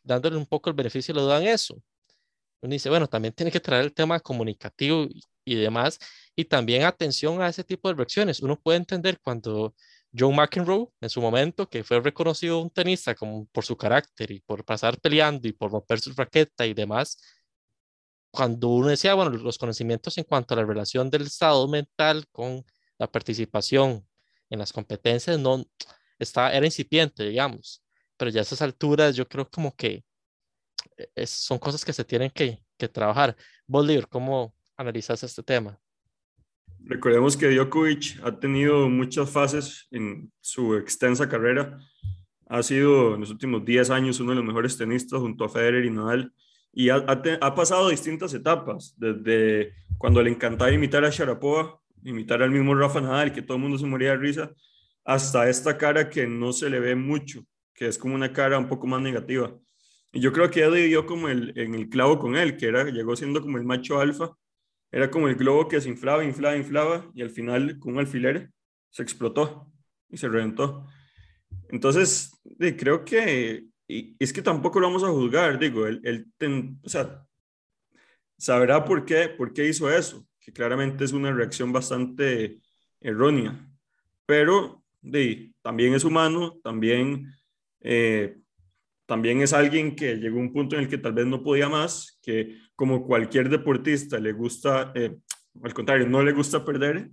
S1: dándole un poco el beneficio de la duda en eso. Uno dice, bueno, también tiene que traer el tema comunicativo y demás, y también atención a ese tipo de reacciones. Uno puede entender cuando John McEnroe, en su momento, que fue reconocido un tenista como por su carácter y por pasar peleando y por romper su raqueta y demás, cuando uno decía, bueno, los conocimientos en cuanto a la relación del estado mental con la participación en las competencias no era incipiente, digamos, pero ya a esas alturas yo creo como que son cosas que se tienen que trabajar. Vos, Lior, ¿cómo analizas este tema?
S2: Recordemos que Djokovic ha tenido muchas fases en su extensa carrera. Ha sido en los últimos 10 años uno de los mejores tenistas junto a Federer y Nadal. Y ha pasado distintas etapas, desde cuando le encantaba imitar a Sharapova, imitar al mismo Rafa Nadal, que todo el mundo se moría de risa, hasta esta cara que no se le ve mucho, que es como una cara un poco más negativa. Y yo creo que Eddie dio como en el clavo con él, llegó siendo como el macho alfa, era como el globo que se inflaba, inflaba, inflaba, y al final con un alfiler se explotó y se reventó. Entonces, creo que, y es que tampoco lo vamos a juzgar, digo, o sea, sabrá por qué hizo eso, que claramente es una reacción bastante errónea, pero también es humano, eh, también es alguien que llegó a un punto en el que tal vez no podía más, que como cualquier deportista le gusta, al contrario, no le gusta perder,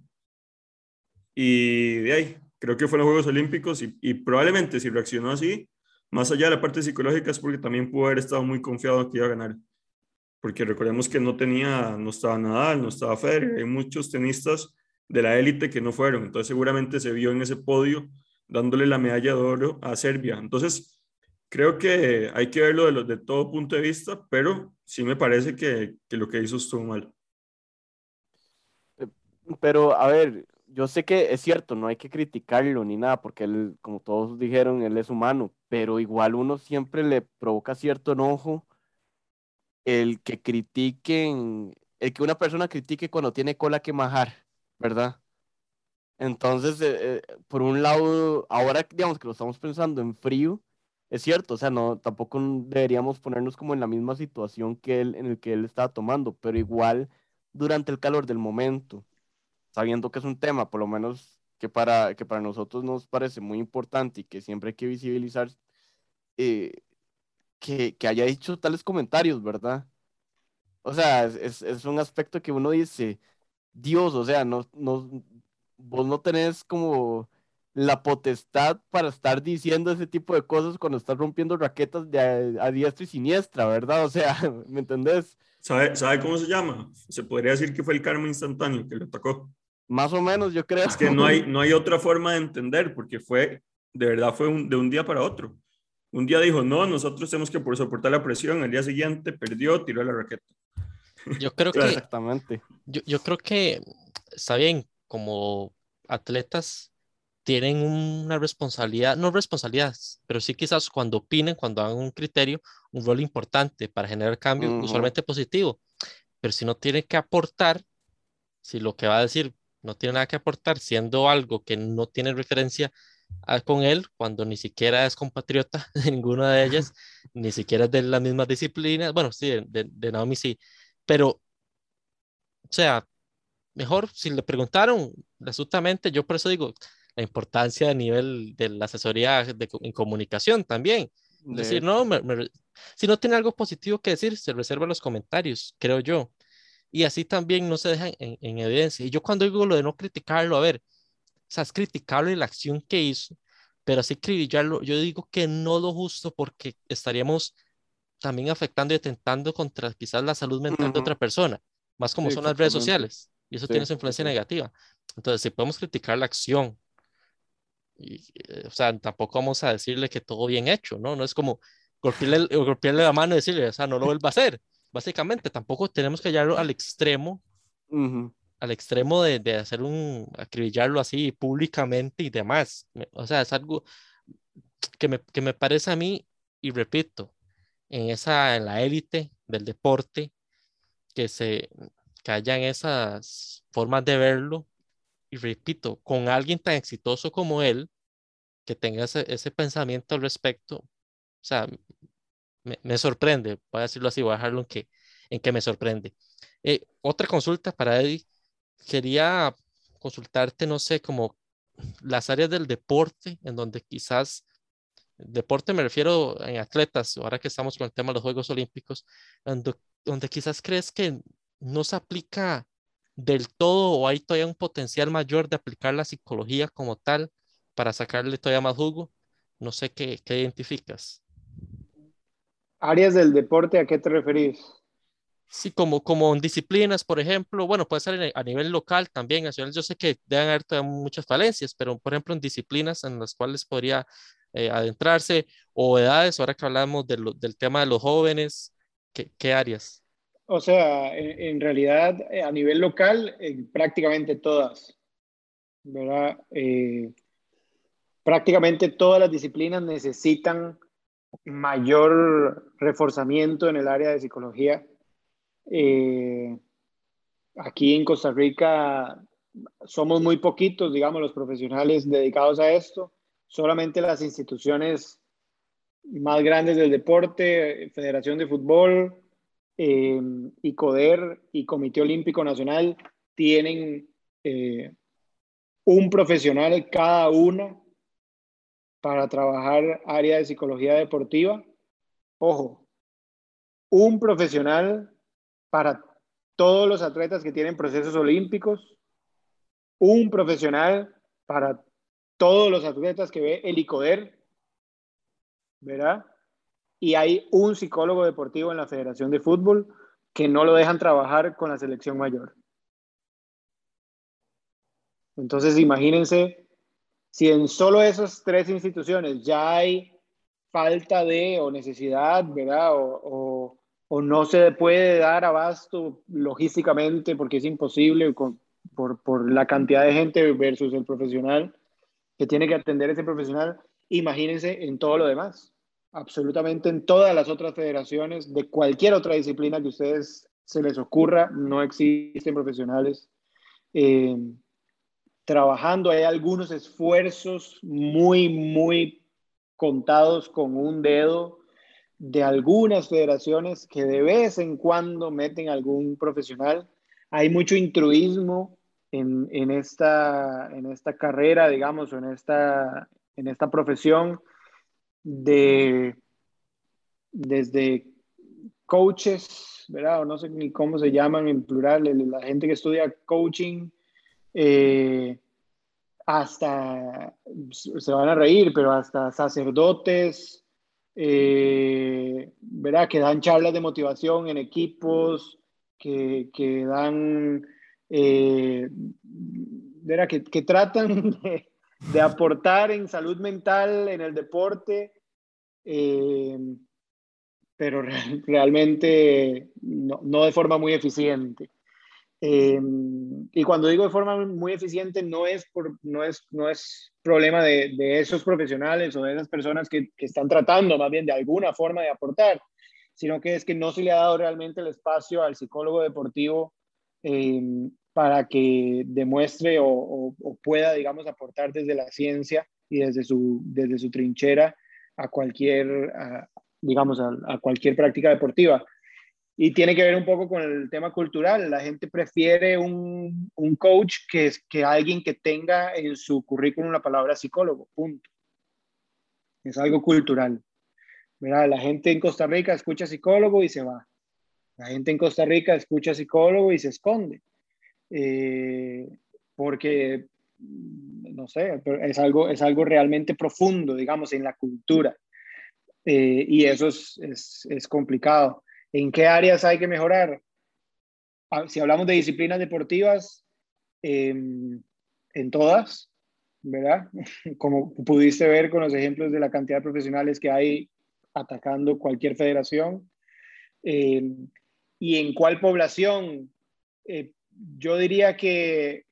S2: y de ahí, creo que fue en los Juegos Olímpicos y probablemente si reaccionó así, más allá de la parte psicológica, es porque también pudo haber estado muy confiado que iba a ganar. Porque recordemos que no estaba Nadal, no estaba Federer, hay muchos tenistas de la élite que no fueron. Entonces seguramente se vio en ese podio dándole la medalla de oro a Serbia. Entonces creo que hay que verlo de todo punto de vista, pero sí me parece que lo que hizo estuvo mal.
S3: Pero, a ver, yo sé que es cierto, no hay que criticarlo ni nada, porque él, como todos dijeron, él es humano, pero igual uno siempre le provoca cierto enojo el que critiquen, el que una persona critique cuando tiene cola que majar, ¿verdad? Entonces, por un lado, ahora digamos que lo estamos pensando en frío, es cierto, o sea, no, tampoco deberíamos ponernos como en la misma situación que él, en el que él estaba tomando, pero igual durante el calor del momento, sabiendo que es un tema, por lo menos que para nosotros nos parece muy importante y que siempre hay que visibilizar, eh, que haya dicho tales comentarios, ¿verdad? O sea, es un aspecto que uno dice, Dios, o sea, vos no tenés como la potestad para estar diciendo ese tipo de cosas cuando estás rompiendo raquetas a diestra y siniestra, ¿verdad? O sea, ¿me entendés?
S2: ¿Sabe cómo se llama? Se podría decir que fue el karma instantáneo que le atacó.
S3: Más o menos, yo creo.
S2: Es que no hay otra forma de entender, porque de verdad fue de un día para otro. Un día dijo, no, nosotros tenemos que por soportar la presión. Al día siguiente perdió, tiró la raqueta.
S1: Yo creo
S2: O sea,
S1: que,
S3: Exactamente.
S1: yo creo que está bien, como atletas tienen una responsabilidad, no responsabilidad, pero sí quizás cuando opinen, cuando hagan un criterio, un rol importante para generar cambio,
S3: Ujú.
S1: usualmente positivo. Pero si no tiene que aportar, si lo que va a decir no tiene nada que aportar, siendo algo que no tiene referencia con él, cuando ni siquiera es compatriota de ninguna de ellas, ni siquiera es de las mismas disciplinas, bueno, sí, de Naomi sí, pero, o sea, mejor si le preguntaron astutamente, yo por eso digo la importancia a nivel de la asesoría en comunicación también. Es
S3: De
S1: decir, no,
S3: hecho,
S1: si no tiene algo positivo que decir, se reserva los comentarios, creo yo. Y así también no se deja en evidencia. Y yo cuando digo lo de no criticarlo, a ver, o sea, es criticarlo y la acción que hizo, pero así acribillarlo, yo digo que no lo justo porque estaríamos también afectando y atentando contra quizás la salud mental de
S3: ujú.
S1: otra persona, más
S3: Sí,
S1: como son las redes
S3: exactamente.
S1: sociales, y eso
S3: Sí,
S1: tiene su
S3: sí,
S1: influencia
S3: sí.
S1: negativa. Entonces, si podemos criticar la acción, o sea, tampoco vamos a decirle que todo bien hecho, ¿no? No es como golpearle la mano y decirle, o sea, no lo vuelva a hacer. Básicamente, tampoco tenemos que llevarlo
S3: Ujú.
S1: al extremo de hacer acribillarlo así públicamente y demás. O sea, es algo que me parece a mí, y repito, en la élite del deporte, que que hayan esas formas de verlo, y repito, con alguien tan exitoso como él, que tenga ese pensamiento al respecto, o sea, me sorprende, voy a decirlo así, voy a dejarlo en que me sorprende. Otra consulta para Eddie, quería consultarte, no sé, como las áreas del deporte, en donde quizás, deporte me refiero en atletas, ahora que estamos con el tema de los Juegos Olímpicos, donde quizás crees que no se aplica del todo o hay todavía un potencial mayor de aplicar la psicología como tal para sacarle todavía más jugo. No sé qué identificas.
S4: Áreas del deporte, ¿a qué te referís?
S1: Sí, como en disciplinas, por ejemplo, bueno, puede ser a nivel local también, nacional. Yo sé que deben haber todavía muchas falencias, pero por ejemplo en disciplinas en las cuales podría adentrarse o edades, ahora que hablamos del tema de los jóvenes, ¿qué áreas?
S4: O sea, en realidad, a nivel local, prácticamente todas, ¿verdad? Prácticamente todas las disciplinas necesitan mayor reforzamiento en el área de psicología. Eh, Aquí en Costa Rica somos muy poquitos, digamos, los profesionales dedicados a esto. Solamente las instituciones más grandes del deporte, Federación de Fútbol, ICODER y Comité Olímpico Nacional, tienen un profesional cada una para trabajar área de psicología deportiva. Ojo, un profesional para todos los atletas que tienen procesos olímpicos, un profesional para todos los atletas que ve el ICODER, ¿verdad? Y hay un psicólogo deportivo en la Federación de Fútbol que no lo dejan trabajar con la selección mayor. Entonces, imagínense si en solo esas tres instituciones ya hay falta de o necesidad, ¿verdad? O no se puede dar abasto logísticamente porque es imposible por la cantidad de gente versus el profesional que tiene que atender ese profesional. Imagínense en todo lo demás, absolutamente en todas las otras federaciones de cualquier otra disciplina que a ustedes se les ocurra, no existen profesionales trabajando. Hay algunos esfuerzos muy contados con un dedo de algunas federaciones que de vez en cuando meten algún profesional. Hay mucho intruismo en esta carrera, digamos, o en esta profesión, desde coaches, ¿verdad? O no sé ni cómo se llaman en plural, la gente que estudia coaching, eh, hasta, se van a reír, pero hasta sacerdotes, ¿verdad? Que dan charlas de motivación en equipos, que dan, ¿verdad? Que tratan de aportar en salud mental en el deporte, eh, pero realmente no de forma muy eficiente. Y cuando digo de forma muy eficiente, no es problema de esos profesionales o de esas personas que están tratando más bien de alguna forma de aportar, sino que es que no se le ha dado realmente el espacio al psicólogo deportivo eh, para que demuestre o pueda, digamos, aportar desde la ciencia y desde su trinchera a cualquier, digamos, a cualquier práctica deportiva. Y tiene que ver un poco con el tema cultural. La gente prefiere un coach que alguien que tenga en su currículum la palabra psicólogo, punto. Es algo cultural. Mira, la gente en Costa Rica escucha psicólogo y se va. La gente en Costa Rica escucha psicólogo y se esconde. Eh, Porque, no sé, es algo realmente profundo, digamos, en la cultura. Y eso es complicado. ¿En qué áreas hay que mejorar? Si hablamos de disciplinas deportivas, en todas, ¿verdad? Como pudiste ver con los ejemplos de la cantidad de profesionales que hay atacando cualquier federación. Eh, ¿Y en cuál población? Yo diría que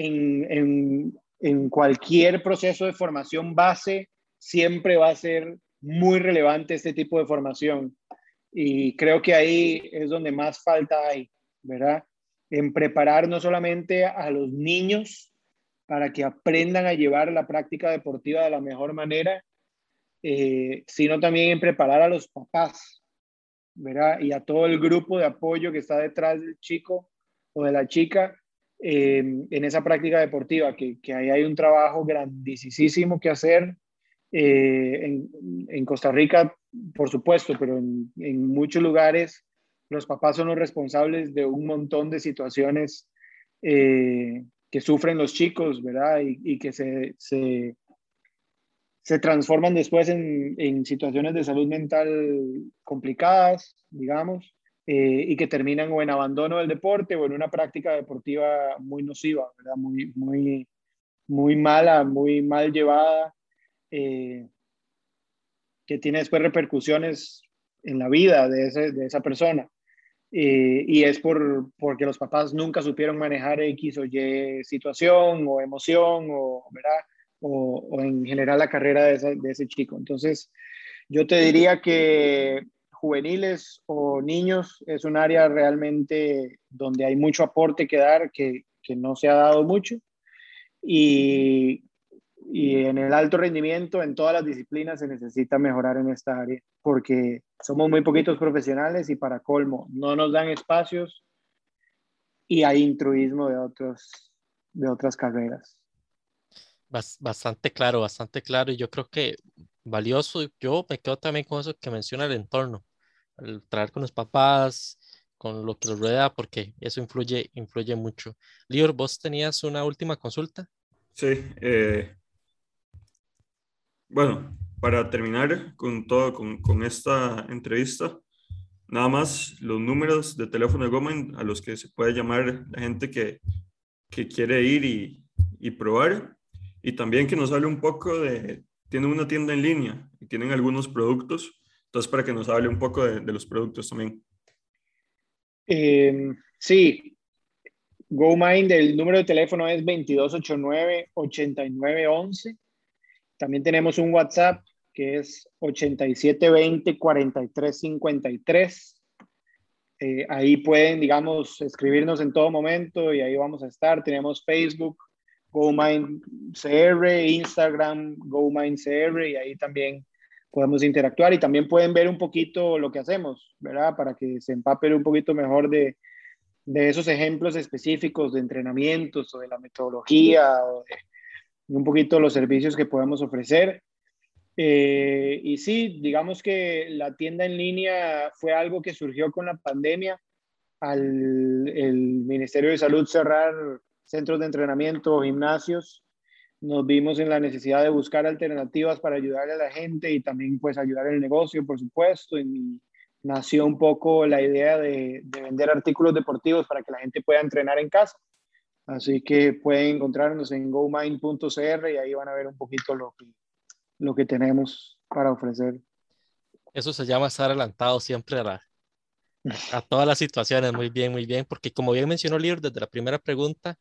S4: en cualquier proceso de formación base siempre va a ser muy relevante este tipo de formación. Y creo que ahí es donde más falta hay, ¿verdad? En preparar no solamente a los niños para que aprendan a llevar la práctica deportiva de la mejor manera, sino también en preparar a los papás ¿verdad? Y a todo el grupo de apoyo que está detrás del chico o de la chica en esa práctica deportiva, que ahí hay un trabajo grandísimo que hacer en Costa Rica, por supuesto, pero en muchos lugares los papás son los responsables de un montón de situaciones que sufren los chicos, ¿verdad? Y que se transforman después en situaciones de salud mental complicadas, digamos, y que terminan o en abandono del deporte o en una práctica deportiva muy nociva, ¿verdad? Muy mala, muy mal llevada, que tiene después repercusiones en la vida de esa persona. Y es porque los papás nunca supieron manejar X o Y situación o emoción, o, ¿verdad? O en general la carrera de ese chico. Entonces, yo te diría que juveniles o niños es un área realmente donde hay mucho aporte que dar, que no se ha dado mucho. Y en el alto rendimiento, en todas las disciplinas, se necesita mejorar en esta área, porque somos muy poquitos profesionales y para colmo, no nos dan espacios y hay intruismo de otras carreras.
S1: Bastante claro, y yo creo que valioso. Yo me quedo también con eso que menciona el entorno, el traer con los papás, con lo que los rodea, porque eso influye mucho. Lior, ¿vos tenías una última consulta?
S2: Sí, bueno, para terminar con todo, con esta entrevista, nada más los números de teléfono de GoMind a los que se puede llamar la gente que quiere ir y probar, y también que nos hable un poco tienen una tienda en línea y tienen algunos productos, entonces para que nos hable un poco de los productos también.
S4: Sí, GoMind, el número de teléfono es 2289-8911. También tenemos un WhatsApp que es 8720-4353. Ahí pueden, digamos, escribirnos en todo momento y ahí vamos a estar. Tenemos Facebook, GoMindCR, Instagram, GoMindCR, y ahí también podemos interactuar y también pueden ver un poquito lo que hacemos, ¿verdad? Para que se empapen un poquito mejor de esos ejemplos específicos de entrenamientos o de la metodología o de un poquito los servicios que podemos ofrecer. Y sí, digamos que la tienda en línea fue algo que surgió con la pandemia, al el Ministerio de Salud cerrar centros de entrenamiento o gimnasios. Nos vimos en la necesidad de buscar alternativas para ayudarle a la gente y también pues ayudar el negocio, por supuesto. Y nació un poco la idea de vender artículos deportivos para que la gente pueda entrenar en casa. Así que pueden encontrarnos en gomind.cr y ahí van a ver un poquito lo que tenemos para ofrecer.
S1: Eso se llama estar adelantado siempre a todas las situaciones. Muy bien, porque como bien mencionó Lior desde la primera pregunta,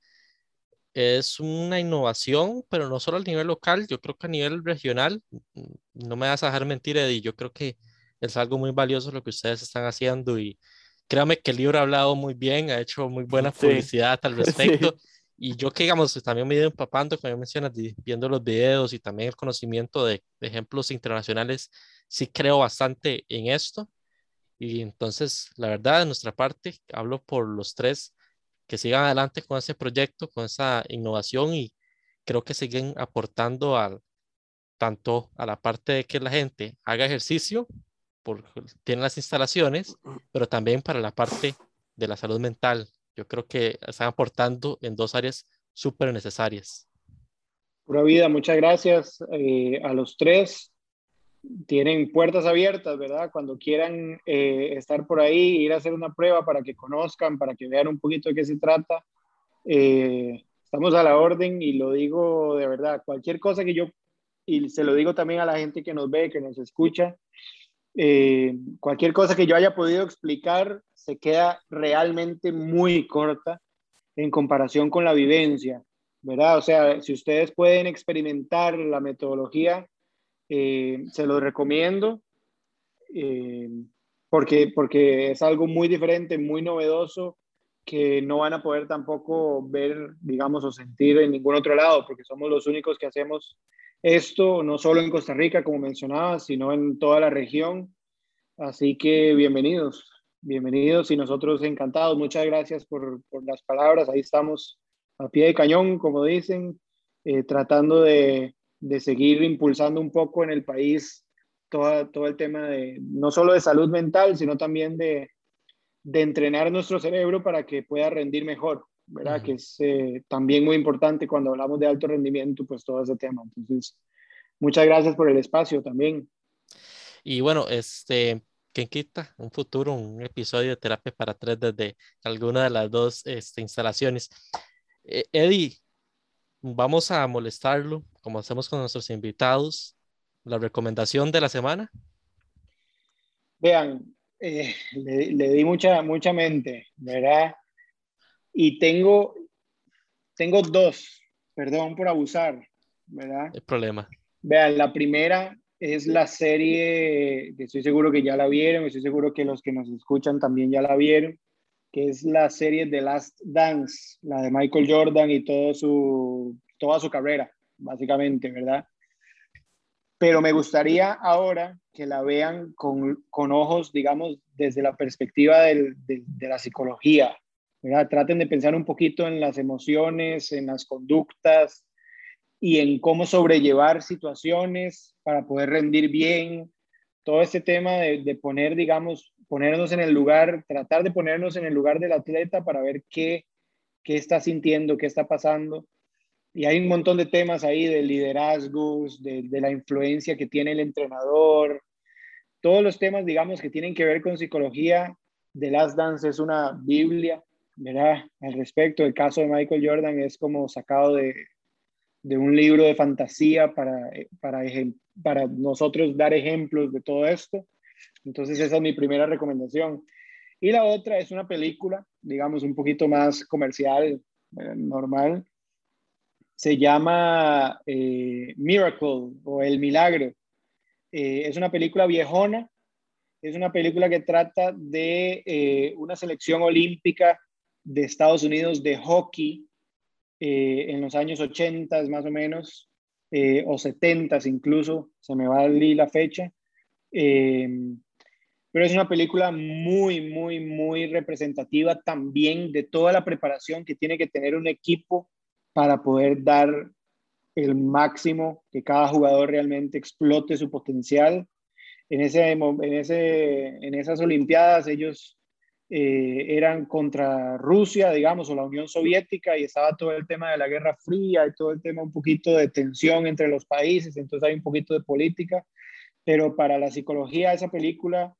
S1: es una innovación, pero no solo a nivel local, yo creo que a nivel regional, no me vas a dejar mentir, Eddie, yo creo que es algo muy valioso lo que ustedes están haciendo, y créame que el libro ha hablado muy bien, ha hecho muy buena
S3: Sí,
S1: publicidad al
S3: sí.
S1: respecto, y yo que digamos, también me he ido empapando, como mencionas, viendo los videos y también el conocimiento de ejemplos internacionales, sí creo bastante en esto, y entonces, la verdad, de nuestra parte, hablo por los tres, que sigan adelante con ese proyecto, con esa innovación, y creo que siguen aportando tanto a la parte de que la gente haga ejercicio, porque tienen las instalaciones, pero también para la parte de la salud mental. Yo creo que están aportando en dos áreas súper necesarias.
S4: Pura vida, muchas gracias a los tres. Tienen puertas abiertas, ¿verdad? Cuando quieran estar por ahí, ir a hacer una prueba para que conozcan, para que vean un poquito de qué se trata. Estamos a la orden y lo digo de verdad, cualquier cosa que yo, y se lo digo también a la gente que nos ve, que nos escucha, cualquier cosa que yo haya podido explicar se queda realmente muy corta en comparación con la vivencia, ¿verdad? O sea, si ustedes pueden experimentar la metodología, se los recomiendo, eh, porque es algo muy diferente, muy novedoso, que no van a poder tampoco ver, digamos, o sentir en ningún otro lado, porque somos los únicos que hacemos esto, no solo en Costa Rica, como mencionaba, sino en toda la región. Así que bienvenidos, bienvenidos y nosotros encantados. Muchas gracias por las palabras. Ahí estamos a pie de cañón, como dicen, tratando de seguir impulsando un poco en el país todo el tema de no solo de salud mental, sino también de entrenar nuestro cerebro para que pueda rendir mejor, ¿verdad? Que es también muy importante cuando hablamos de alto rendimiento, pues todo ese tema. Entonces, muchas gracias por el espacio también.
S1: Y bueno, ¿quién quita un futuro, un episodio de terapia para tres desde alguna de las dos instalaciones? Eddie, vamos a molestarlo, como hacemos con nuestros invitados. La recomendación de la semana.
S4: Vean, le di mucha mente, ¿verdad? Y tengo dos, perdón por abusar, ¿verdad?
S1: El problema.
S4: Vean, la primera es la serie, que estoy seguro que ya la vieron, estoy seguro que los que nos escuchan también ya la vieron, que es la serie The Last Dance, la de Michael Jordan y toda su carrera, básicamente, ¿verdad? Pero me gustaría ahora que la vean con ojos, digamos, desde la perspectiva de la psicología, ¿verdad? Traten de pensar un poquito en las emociones, en las conductas y en cómo sobrellevar situaciones para poder rendir bien. Todo este tema de poner, digamos, ponernos en el lugar, tratar de ponernos en el lugar del atleta para ver qué está sintiendo, qué está pasando. Y hay un montón de temas ahí de liderazgos, de la influencia que tiene el entrenador, todos los temas, digamos, que tienen que ver con psicología. The Last Dance es una biblia, ¿verdad? Al respecto, el caso de Michael Jordan es como sacado de un libro de fantasía para nosotros dar ejemplos de todo esto. Entonces esa es mi primera recomendación. Y la otra es una película, digamos, un poquito más comercial, normal. Se llama Miracle o El Milagro. Es una película viejona, es una película que trata de una selección olímpica de Estados Unidos de hockey en los años 80 más o menos, o 70 incluso, se me va a ir la fecha. Eh, pero es una película muy representativa también de toda la preparación que tiene que tener un equipo para poder dar el máximo, que cada jugador realmente explote su potencial. En esas Olimpiadas ellos eran contra Rusia, digamos, o la Unión Soviética, y estaba todo el tema de la Guerra Fría y todo el tema un poquito de tensión entre los países, entonces hay un poquito de política, pero para la psicología esa película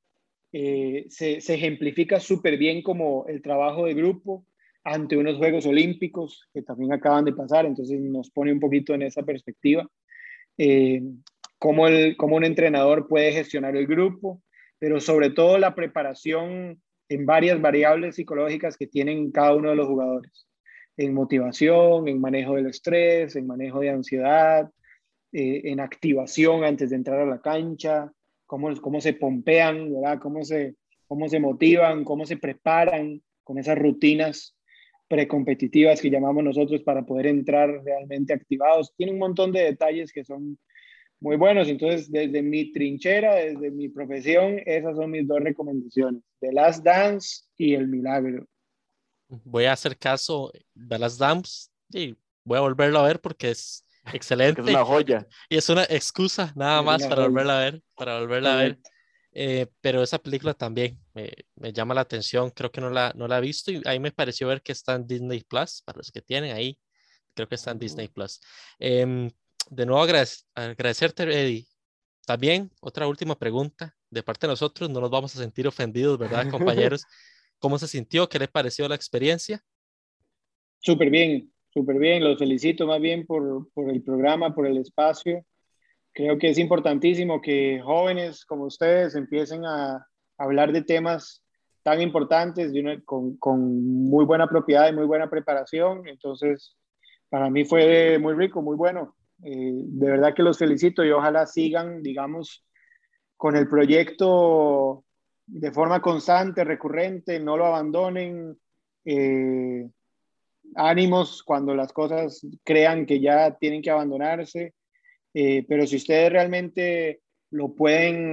S4: se ejemplifica súper bien como el trabajo de grupo ante unos Juegos Olímpicos que también acaban de pasar, entonces nos pone un poquito en esa perspectiva. Eh, cómo un entrenador puede gestionar el grupo, pero sobre todo la preparación en varias variables psicológicas que tienen cada uno de los jugadores, en motivación, en manejo del estrés, en manejo de ansiedad, en activación antes de entrar a la cancha, cómo se pompean, ¿verdad? Cómo se motivan, cómo se preparan con esas rutinas precompetitivas que llamamos nosotros para poder entrar realmente activados. Tiene un montón de detalles que son muy buenos. Entonces, desde mi trinchera, desde mi profesión, esas son mis dos recomendaciones: The Last Dance y El Milagro.
S1: Voy a hacer caso de las Dams y voy a volverlo a ver porque es
S3: Porque es
S1: excelente
S3: una joya.
S1: y es una excusa nada
S4: Es
S1: más
S4: una
S1: para
S4: joya.
S1: volverla a ver, para volverla a ver.
S4: Correcto.
S1: Pero esa película también me llama la atención, creo que no la he visto y ahí me pareció ver que está en Disney Plus, para los que tienen ahí, creo que está en Disney Plus. Em, de nuevo agradecerte, Eddie. También otra última pregunta de parte de nosotros, no nos vamos a sentir ofendidos, ¿verdad, compañeros? ¿Cómo se sintió? ¿Qué le pareció la experiencia?
S4: Súper bien, súper bien. Los felicito más bien por el programa, por el espacio. Creo que es importantísimo que jóvenes como ustedes empiecen a hablar de temas tan importantes con muy buena propiedad y muy buena preparación. Entonces, para mí fue muy rico, muy bueno. De verdad que los felicito y ojalá sigan, digamos, con el proyecto de forma constante, recurrente, no lo abandonen. Eh, Ánimos cuando las cosas crean que ya tienen que abandonarse, pero si ustedes realmente lo pueden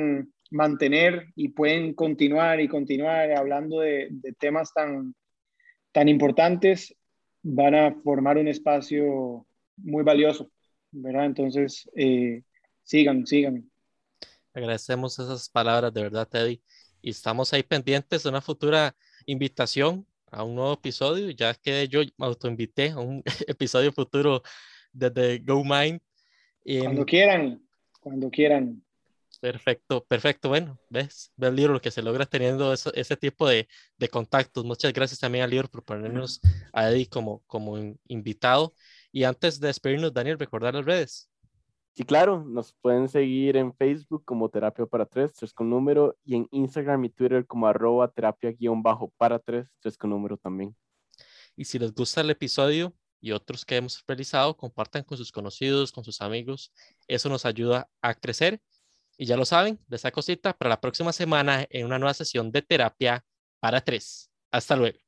S4: mantener y pueden continuar y continuar hablando de temas tan importantes, van a formar un espacio muy valioso, ¿verdad? Entonces, sigan.
S1: Agradecemos esas palabras de verdad, Teddy. Y estamos ahí pendientes de una futura invitación a un nuevo episodio, ya que yo me autoinvité a un episodio futuro desde GoMind.
S4: Cuando quieran.
S1: Perfecto, perfecto. Bueno, ves Libro lo que se logra teniendo ese tipo de contactos. Muchas gracias también al Libro por ponernos a Eddie como invitado. Y antes de despedirnos, Daniel, recordar las redes.
S3: Sí, claro, nos pueden seguir en Facebook como Terapia para Tres, 3 con número, y en Instagram y Twitter como @terapia_para3, 3 con número también.
S1: Y si les gusta el episodio y otros que hemos realizado, compartan con sus conocidos, con sus amigos. Eso nos ayuda a crecer. Y ya lo saben, les saco cita para la próxima semana en una nueva sesión de Terapia para Tres. Hasta luego.